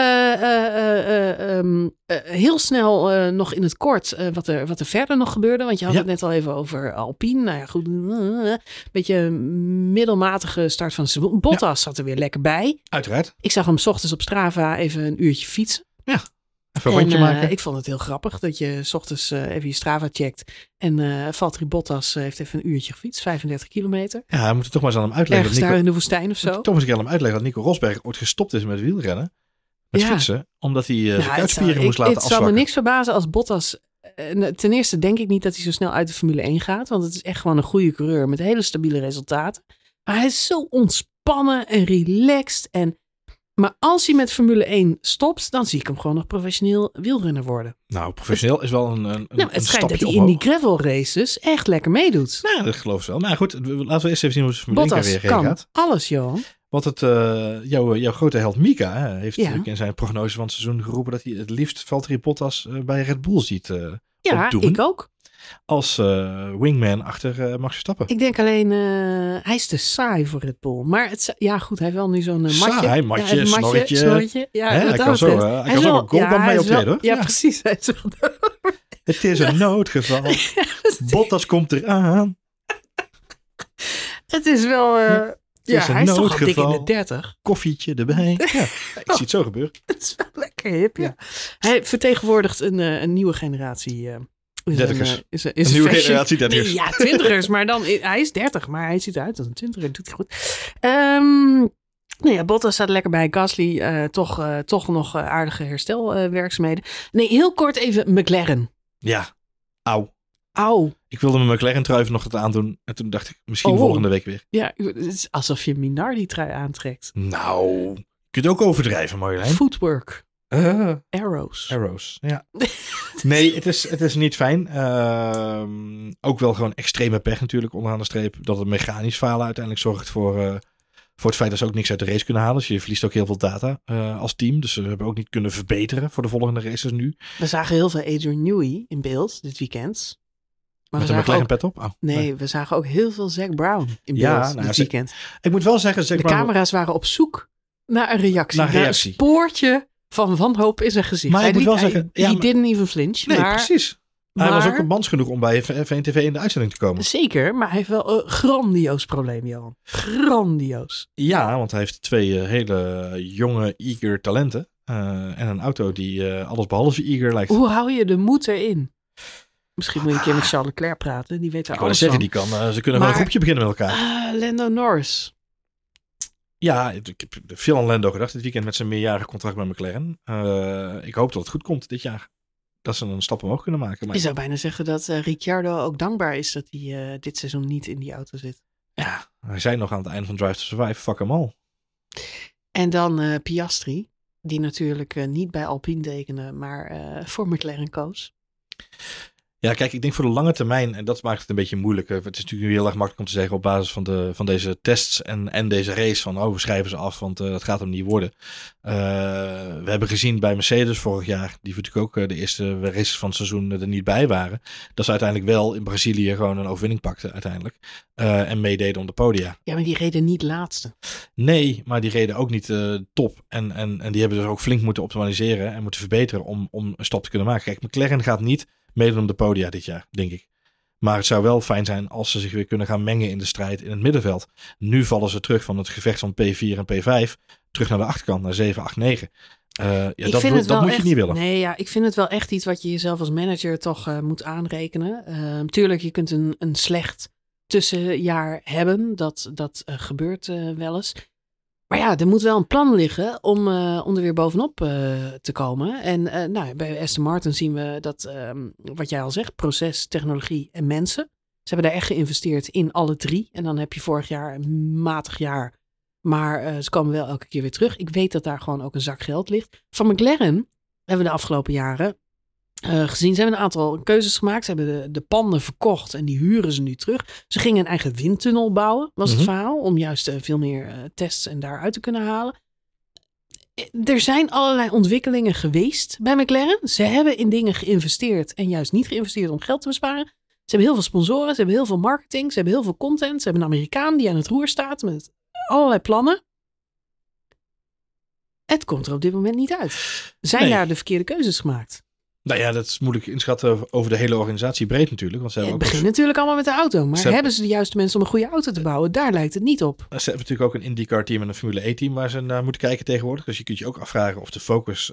heel snel nog in het kort wat er verder nog gebeurde. Want je had het net al even over Alpine. Nou ja, goed. Een beetje middelmatige start van seizoen. Bottas zat er weer lekker bij. Uiteraard. Ik zag hem 's ochtends op Strava even een uurtje fietsen. Ja. Even een rondje maken. Ik vond het heel grappig dat je 's ochtends even je Strava checkt. En Valtteri Bottas heeft even een uurtje gefietst. 35 kilometer. Ja, hij moet het toch maar eens aan hem uitleggen. Ergens daar in de woestijn of zo. Toch eens een keer aan hem uitleggen dat Nico Rosberg ooit gestopt is met wielrennen. Met fietsen. Omdat hij zijn kuitspieren moest laten afzwakken. Het zou me niks verbazen als Bottas... ten eerste denk ik niet dat hij zo snel uit de Formule 1 gaat. Want het is echt gewoon een goede coureur met hele stabiele resultaten. Maar hij is zo ontspannen en relaxed. Maar als hij met Formule 1 stopt, dan zie ik hem gewoon nog professioneel wielrenner worden. Nou, professioneel is wel een het schijnt dat hij omhoog. in die gravel races echt lekker meedoet. Nou, dat geloof ik wel. Maar goed, laten we eerst even zien hoe zijn Formule 1 carrière Bottas gaat. kan alles, Johan. Want jouw grote held Mika heeft in zijn prognose van het seizoen geroepen dat hij het liefst Valtteri Bottas bij Red Bull ziet opdoen. Ik ook. Als wingman achter Max Verstappen. Ik denk alleen, hij is te saai voor Red Bull. Maar goed, hij heeft wel nu zo'n matje. Saai, matje, snorretje. Ja, hij kan zo een goalband mee optreden, hoor. Ja, precies. Hij is het is een noodgeval. Bottas komt eraan. Het is wel... hij is toch al dik in de 30. Koffietje erbij. Ja, ik zie het zo gebeuren. Het is wel lekker hip, ja. Hij vertegenwoordigt een nieuwe generatie... dertigers. Een nieuwe generatie dertigers. Nee, ja, twintigers. Maar dan, hij is 30, maar hij ziet eruit als een twintiger. Doet hij goed. Bottas staat lekker bij. Gasly toch nog aardige herstelwerkzaamheden. Heel kort even McLaren. Ja, auw. Ik wilde mijn McLaren trui nog het aandoen. En toen dacht ik, misschien volgende week weer. Ja, het is alsof je Minardi trui aantrekt. Nou, je kunt ook overdrijven, Marjolein. Footwork. Arrows. Ja. Nee, het is niet fijn. Ook wel gewoon extreme pech natuurlijk onderaan de streep. Dat het mechanisch falen uiteindelijk zorgt voor het feit dat ze ook niks uit de race kunnen halen. Dus je verliest ook heel veel data als team. Dus ze hebben ook niet kunnen verbeteren voor de volgende races nu. We zagen heel veel Adrian Newey in beeld dit weekend. Maar met een McLaren pet op? Oh, nee, we zagen ook heel veel Zac Brown in beeld dit weekend. Ik moet wel zeggen... De camera's waren op zoek naar een reactie. Naar een spoortje van wanhoop in zijn gezicht. Maar ik moet wel zeggen... He didn't even flinch. Nee, precies. Hij was ook een mans genoeg om bij VNTV in de uitzending te komen. Zeker, maar hij heeft wel een grandioos probleem, Johan. Grandioos. Ja, want hij heeft 2 hele jonge, eager talenten. En een auto die alles behalve eager lijkt. Hoe hou je de moed erin? Misschien moet je een keer met Charles Leclerc praten. Die weet daar alles van. Die kan. Ze kunnen wel een groepje beginnen met elkaar. Lando Norris. Ja, ik heb veel aan Lando gedacht dit weekend met zijn meerjarig contract bij McLaren. Ik hoop dat het goed komt dit jaar. Dat ze een stap omhoog kunnen maken. Maar je zou bijna zeggen dat Ricciardo ook dankbaar is dat hij dit seizoen niet in die auto zit. Ja, hij zei nog aan het einde van Drive to Survive, fuck hem all. En dan Piastri, die natuurlijk niet bij Alpine tekende, maar voor McLaren koos. Ja, kijk, ik denk voor de lange termijn, en dat maakt het een beetje moeilijk. Het is natuurlijk heel erg makkelijk om te zeggen op basis van deze tests en deze race van, we schrijven ze af, want dat gaat hem niet worden. We hebben gezien bij Mercedes vorig jaar, die natuurlijk ook de eerste races van het seizoen er niet bij waren, dat ze uiteindelijk wel in Brazilië gewoon een overwinning pakten uiteindelijk. En meededen om de podia. Ja, maar die reden niet laatste. Nee, maar die reden ook niet top. En die hebben dus ook flink moeten optimaliseren en moeten verbeteren om een stap te kunnen maken. Kijk, McLaren gaat niet meedoen om de podia dit jaar, denk ik. Maar het zou wel fijn zijn als ze zich weer kunnen gaan mengen in de strijd in het middenveld. Nu vallen ze terug van het gevecht van P4 en P5 terug naar de achterkant, naar 7, 8, 9. Dat moet je niet willen. Nee, ja, ik vind het wel echt iets wat je jezelf als manager toch moet aanrekenen. Tuurlijk, je kunt een slecht tussenjaar hebben. Dat gebeurt wel eens. Maar ja, er moet wel een plan liggen om er weer bovenop te komen. En bij Aston Martin zien we dat, wat jij al zegt, proces, technologie en mensen. Ze hebben daar echt geïnvesteerd in alle 3. En dan heb je vorig jaar een matig jaar. Maar ze komen wel elke keer weer terug. Ik weet dat daar gewoon ook een zak geld ligt. Van McLaren hebben we de afgelopen jaren gezien. Ze hebben een aantal keuzes gemaakt. Ze hebben de panden verkocht en die huren ze nu terug. Ze gingen een eigen windtunnel bouwen, was het verhaal. Om juist veel meer tests en daaruit te kunnen halen. Er zijn allerlei ontwikkelingen geweest bij McLaren. Ze hebben in dingen geïnvesteerd en juist niet geïnvesteerd om geld te besparen. Ze hebben heel veel sponsoren, ze hebben heel veel marketing, ze hebben heel veel content. Ze hebben een Amerikaan die aan het roer staat met allerlei plannen. Het komt er op dit moment niet uit. Zijn daar de verkeerde keuzes gemaakt? Nou ja, dat is moeilijk inschatten over de hele organisatie breed natuurlijk. Want ze hebben het begint natuurlijk allemaal met de auto. Maar hebben ze de juiste mensen om een goede auto te bouwen? Daar lijkt het niet op. Ze hebben natuurlijk ook een IndyCar team en een Formule E team waar ze naar moeten kijken tegenwoordig. Dus je kunt je ook afvragen of de focus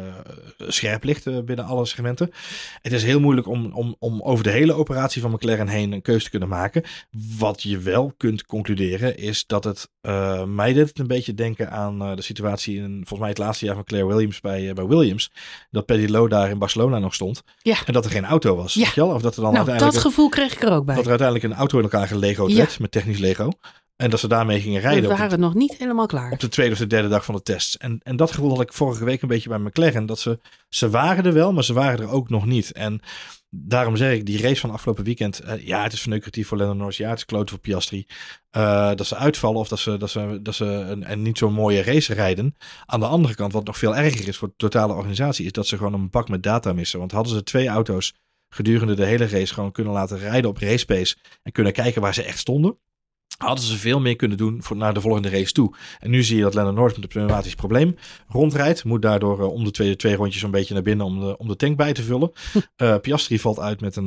scherp ligt binnen alle segmenten. Het is heel moeilijk om over de hele operatie van McLaren heen een keuze te kunnen maken. Wat je wel kunt concluderen is dat het mij deed het een beetje denken aan de situatie in volgens mij het laatste jaar van Claire Williams bij Williams. Dat Paddy Lowe daar in Barcelona nog stond. Ja. En dat er geen auto was. Ja. Weet je wel? Of dat er dan uiteindelijk dat gevoel kreeg ik er ook bij. Dat er uiteindelijk een auto in elkaar gelego'd werd met technisch Lego. En dat ze daarmee gingen rijden. We waren nog niet helemaal klaar. Op de tweede of de derde dag van de tests. En dat gevoel had ik vorige week een beetje bij McLaren. Dat ze waren er wel, maar ze waren er ook nog niet. En daarom zeg ik, die race van afgelopen weekend. Het is verneukeratief voor Lando Norris. Ja, het is kloten voor Piastri. Dat ze uitvallen of dat ze een niet zo'n mooie race rijden. Aan de andere kant, wat nog veel erger is voor de totale organisatie, is dat ze gewoon een bak met data missen. Want hadden ze 2 auto's gedurende de hele race gewoon kunnen laten rijden op race pace en kunnen kijken waar ze echt stonden, hadden ze veel meer kunnen doen naar de volgende race toe. En nu zie je dat Lando Norris met een pneumatisch probleem rondrijdt. Moet daardoor om de twee rondjes een beetje naar binnen om de tank bij te vullen. Piastri valt uit met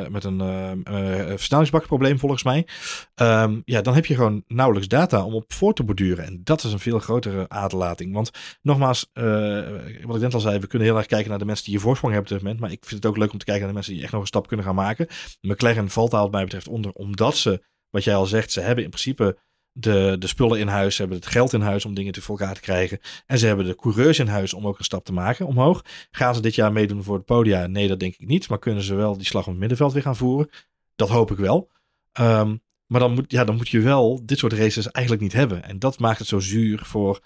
een versnellingsbakprobleem volgens mij. Dan heb je gewoon nauwelijks data om op voor te borduren. En dat is een veel grotere aderlating. Want nogmaals, wat ik net al zei, we kunnen heel erg kijken naar de mensen die je voorsprong hebben op dit moment. Maar ik vind het ook leuk om te kijken naar de mensen die echt nog een stap kunnen gaan maken. McLaren valt daar wat mij betreft onder, omdat ze, wat jij al zegt, ze hebben in principe de spullen in huis. Ze hebben het geld in huis om dingen voor elkaar te krijgen. En ze hebben de coureurs in huis om ook een stap te maken omhoog. Gaan ze dit jaar meedoen voor het podia? Nee, dat denk ik niet. Maar kunnen ze wel die slag om het middenveld weer gaan voeren? Dat hoop ik wel. Maar dan moet je wel dit soort races eigenlijk niet hebben. En dat maakt het zo zuur voor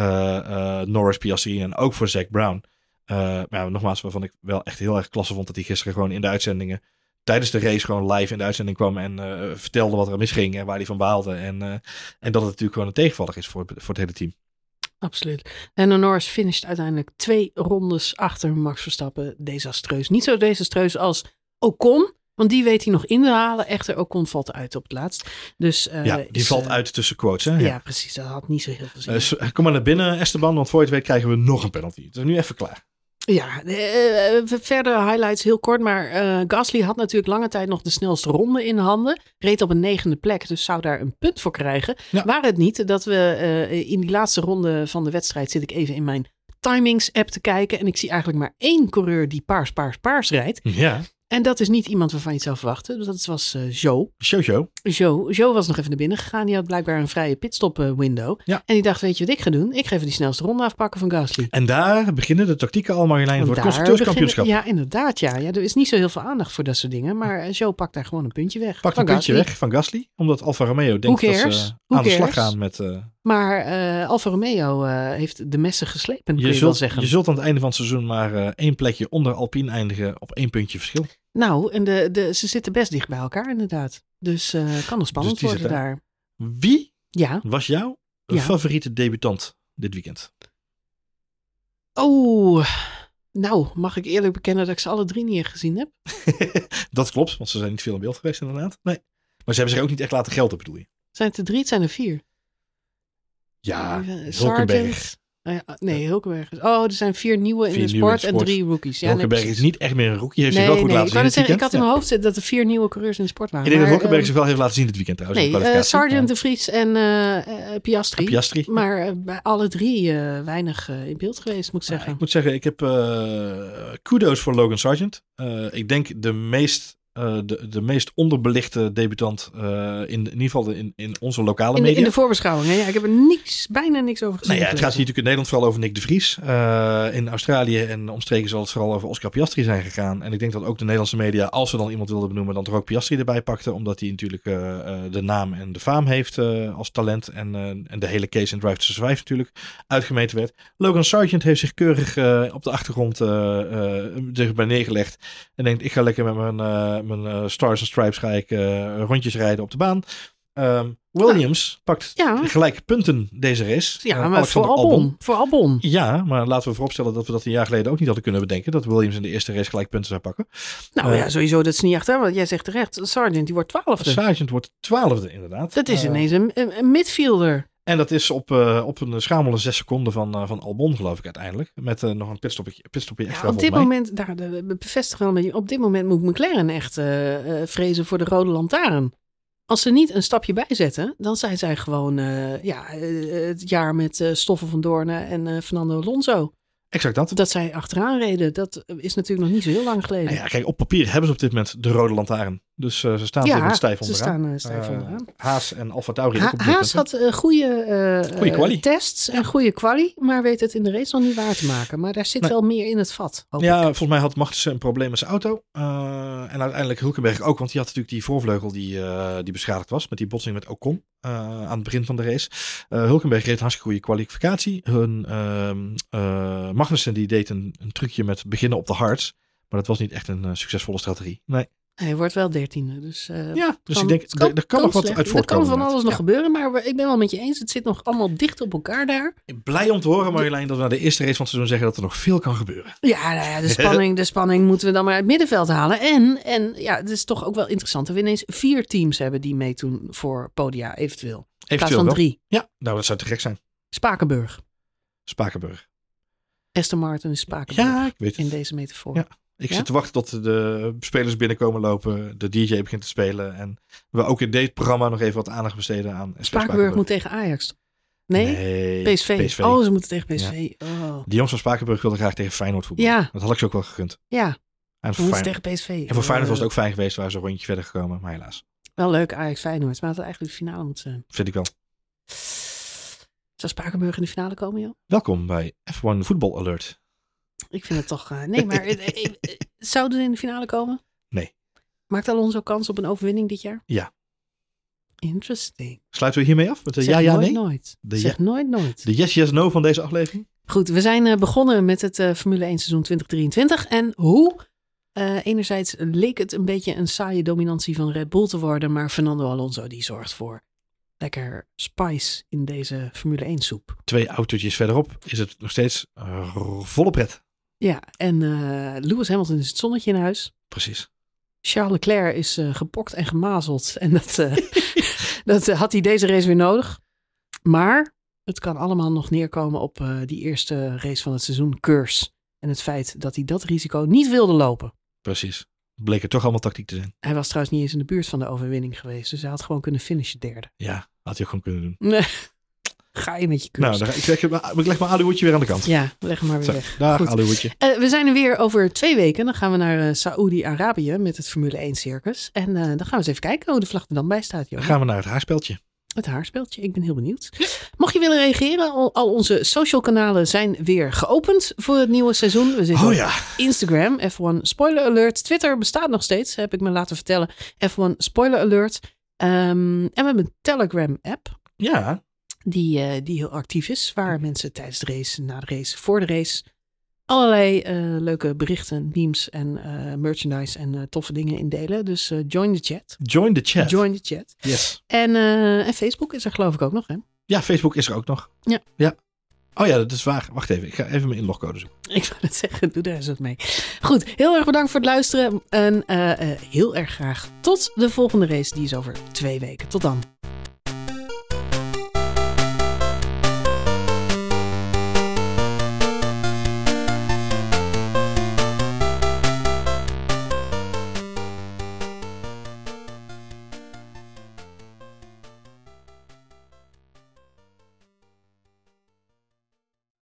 Norris, Piastri en ook voor Zac Brown. Maar nogmaals, waarvan ik wel echt heel erg klasse vond dat hij gisteren gewoon in de uitzendingen tijdens de race gewoon live in de uitzending kwam en vertelde wat er misging en waar hij van baalde. En dat het natuurlijk gewoon een tegenvaller is voor het hele team. Absoluut. En Norris finisht uiteindelijk 2 rondes achter Max Verstappen. Desastreus. Niet zo desastreus als Ocon, want die weet hij nog in te halen. Echter, Ocon valt uit op het laatst. Dus, die valt uit tussen quotes. Hè? Ja, precies. Dat had niet zo heel veel zin. Kom maar naar binnen, Esteban, want voor je het weet krijgen we nog een penalty. Het is nu even klaar. Ja, verdere highlights heel kort. Maar Gasly had natuurlijk lange tijd nog de snelste ronde in handen. Reed op een 9e plek, dus zou daar een punt voor krijgen. Ja. Waar het niet dat we in die laatste ronde van de wedstrijd zit ik even in mijn timings app te kijken. En ik zie eigenlijk maar 1 coureur die paars rijdt. Ja. En dat is niet iemand waarvan je het zou verwachten. Dus dat was Zhou. Zhou was nog even naar binnen gegaan. Die had blijkbaar een vrije pitstop window. Ja. En die dacht, weet je wat ik ga doen? Ik ga even die snelste ronde afpakken van Gasly. En daar beginnen de tactieken al, Marjolein, voor het constructeurskampioenschap. Ja, inderdaad. Ja, er is niet zo heel veel aandacht voor dat soort dingen. Maar Zhou pakt daar gewoon een puntje weg. Pakt een puntje weg van Gasly. Omdat Alfa Romeo denkt dat ze aan de slag gaan met... Maar Alfa Romeo heeft de messen geslepen, kun je wel zeggen. Je zult aan het einde van het seizoen maar 1 plekje onder Alpine eindigen op 1 puntje verschil. Nou, en ze zitten best dicht bij elkaar inderdaad. Dus kan nog spannend worden daar. Wie was jouw favoriete debutant dit weekend? Oh, nou, mag ik eerlijk bekennen dat ik ze alle 3 niet gezien heb? Dat klopt, want ze zijn niet veel in beeld geweest inderdaad. Nee. Maar ze hebben zich ook niet echt laten gelden, bedoel je? Zijn het er 3? Het zijn er 4. Ja, Hulkenberg. Nee, Hulkenberg. Er zijn 4 nieuwe in de sport en 3 rookies. Ja, Hulkenberg is niet echt meer een rookie. Heeft zich wel goed laten zien. Ik had in mijn hoofd zitten dat er 4 nieuwe coureurs in de sport waren. Ik denk dat Hulkenberg zich wel heeft laten zien dit weekend trouwens. Nee, Sargent, De Vries en Piastri. Maar bij alle 3 weinig in beeld geweest, moet ik zeggen. Ik moet zeggen, ik heb kudos voor Logan Sargent. Ik denk de meest onderbelichte debutant in ieder geval in onze lokale media. In de voorbeschouwing, hè? Ja, ik heb er bijna niks over gezien. Het gaat natuurlijk in Nederland vooral over Nick de Vries. In Australië en omstreken zal het vooral over Oscar Piastri zijn gegaan. En ik denk dat ook de Nederlandse media, als we dan iemand wilden benoemen, dan toch ook Piastri erbij pakten. Omdat hij natuurlijk de naam en de faam heeft als talent. En de hele case in Drive to Survive natuurlijk uitgemeten werd. Logan Sargent heeft zich keurig op de achtergrond erbij neergelegd. En denkt, ik ga lekker met mijn Stars and Stripes ga ik rondjes rijden op de baan. Williams pakt gelijk punten deze race. Ja, maar voor Albon. Ja, maar laten we vooropstellen dat we dat een jaar geleden ook niet hadden kunnen bedenken. Dat Williams in de eerste race gelijk punten zou pakken. Sowieso, dat is niet achter. Want jij zegt terecht, Sargent die wordt 12e. Sargent wordt 12e inderdaad. Dat is ineens een midfielder. En dat is op een schamele 6 seconden van Albon, geloof ik uiteindelijk. Met nog een pitstopje extra. Op dit moment, we bevestigen wel een beetje, op dit moment moet McLaren echt vrezen voor de rode lantaarn. Als ze niet een stapje bijzetten, dan zijn zij gewoon het jaar met Stoffel van Doornen en Fernando Alonso. Exact dat. Dat zij achteraan reden, dat is natuurlijk nog niet zo heel lang geleden. Ja, kijk, op papier hebben ze op dit moment de rode lantaarn. Dus ze staan er stijf onderaan. Ze staan stijf onderaan. Haas en AlphaTauri. Haas had goede tests en goede quali, maar weet het in de race nog niet waar te maken. Maar daar zit wel meer in het vat. Volgens mij had Magnussen een probleem met zijn auto. En uiteindelijk Hulkenberg ook, want die had natuurlijk die voorvleugel die beschadigd was met die botsing met Ocon aan het begin van de race. Hulkenberg reed een hartstikke goede kwalificatie. Magnussen die deed een trucje met beginnen op de hards, maar dat was niet echt een succesvolle strategie. Nee. Hij wordt wel 13e. Dus, ik denk, er kan nog wat uit voortkomen. Er kan van alles nog gebeuren, maar ik ben wel met je eens. Het zit nog allemaal dicht op elkaar daar. Blij om te horen, Marjolein, dat we na de eerste race van het seizoen zeggen dat er nog veel kan gebeuren. Ja, de spanning moeten we dan maar uit het middenveld halen. En het is toch ook wel interessant dat we ineens 4 teams hebben die meedoen voor podia eventueel. In plaats van 3. Ja, dat zou te gek zijn. Spakenburg. Aston Martin is Spakenburg. Ja, ik weet het. In deze metafoor. Ja. Ik zit te wachten tot de spelers binnenkomen lopen, de DJ begint te spelen en we ook in dit programma nog even wat aandacht besteden aan Spakenburg moet tegen Ajax. Nee? PSV. Oh, ze moeten tegen PSV. Ja. Oh. Die jongens van Spakenburg wilden graag tegen Feyenoord voetballen. Ja. Dat had ik ze ook wel gegund. Ja. En voor tegen PSV. En voor Feyenoord was het ook fijn geweest, waar ze een rondje verder gekomen, maar helaas. Wel leuk Ajax Feyenoord, maar dat had eigenlijk de finale moeten zijn. Vind ik wel. Zou Spakenburg in de finale komen, joh? Welkom bij F1 Voetbal Alert. Ik vind het toch... nee, maar zouden ze in de finale komen? Nee. Maakt Alonso kans op een overwinning dit jaar? Ja. Interesting. Sluiten we hiermee af? Met de nee? Nooit. Zeg nooit. De yes, no van deze aflevering? Goed, we zijn begonnen met het Formule 1 seizoen 2023. En hoe? Enerzijds leek het een beetje een saaie dominantie van Red Bull te worden. Maar Fernando Alonso die zorgt voor lekker spice in deze Formule 1 soep. 2 autootjes verderop is het nog steeds volle pret. Ja, en Lewis Hamilton is het zonnetje in huis. Precies. Charles Leclerc is gepokt en gemazeld. En dat had hij deze race weer nodig. Maar het kan allemaal nog neerkomen op die eerste race van het seizoen, Curse. En het feit dat hij dat risico niet wilde lopen. Precies. Bleek er toch allemaal tactiek te zijn. Hij was trouwens niet eens in de buurt van de overwinning geweest. Dus hij had gewoon kunnen finishen derde. Ja, had hij ook gewoon kunnen doen. Nee. Ga je met je Curse. Nou, ik leg mijn aluhoedje weer aan de kant. Ja, leg hem maar weer weg. Dag aluhoedje. We zijn er weer over 2 weken. Dan gaan we naar Saoedi-Arabië met het Formule 1 circus. En dan gaan we eens even kijken hoe de vlag er dan bij staat. Joh. Dan gaan we naar het haarspeltje. Het haarspeltje, ik ben heel benieuwd. Ja. Mocht je willen reageren, al onze social kanalen zijn weer geopend voor het nieuwe seizoen. We zitten op Instagram, F1 Spoiler Alert. Twitter bestaat nog steeds, heb ik me laten vertellen. F1 Spoiler Alert. En we hebben een Telegram app. Ja. Die heel actief is, waar mensen tijdens de race, na de race, voor de race allerlei leuke berichten, memes en merchandise en toffe dingen indelen. Dus join the chat. Join the chat. Yes. En Facebook is er geloof ik ook nog, hè? Ja, Facebook is er ook nog. Ja. Oh ja, dat is waar. Wacht even, ik ga even mijn inlogcode zoeken. Ik zou het zeggen, doe daar eens wat mee. Goed, heel erg bedankt voor het luisteren. En heel erg graag tot de volgende race, die is over 2 weken. Tot dan.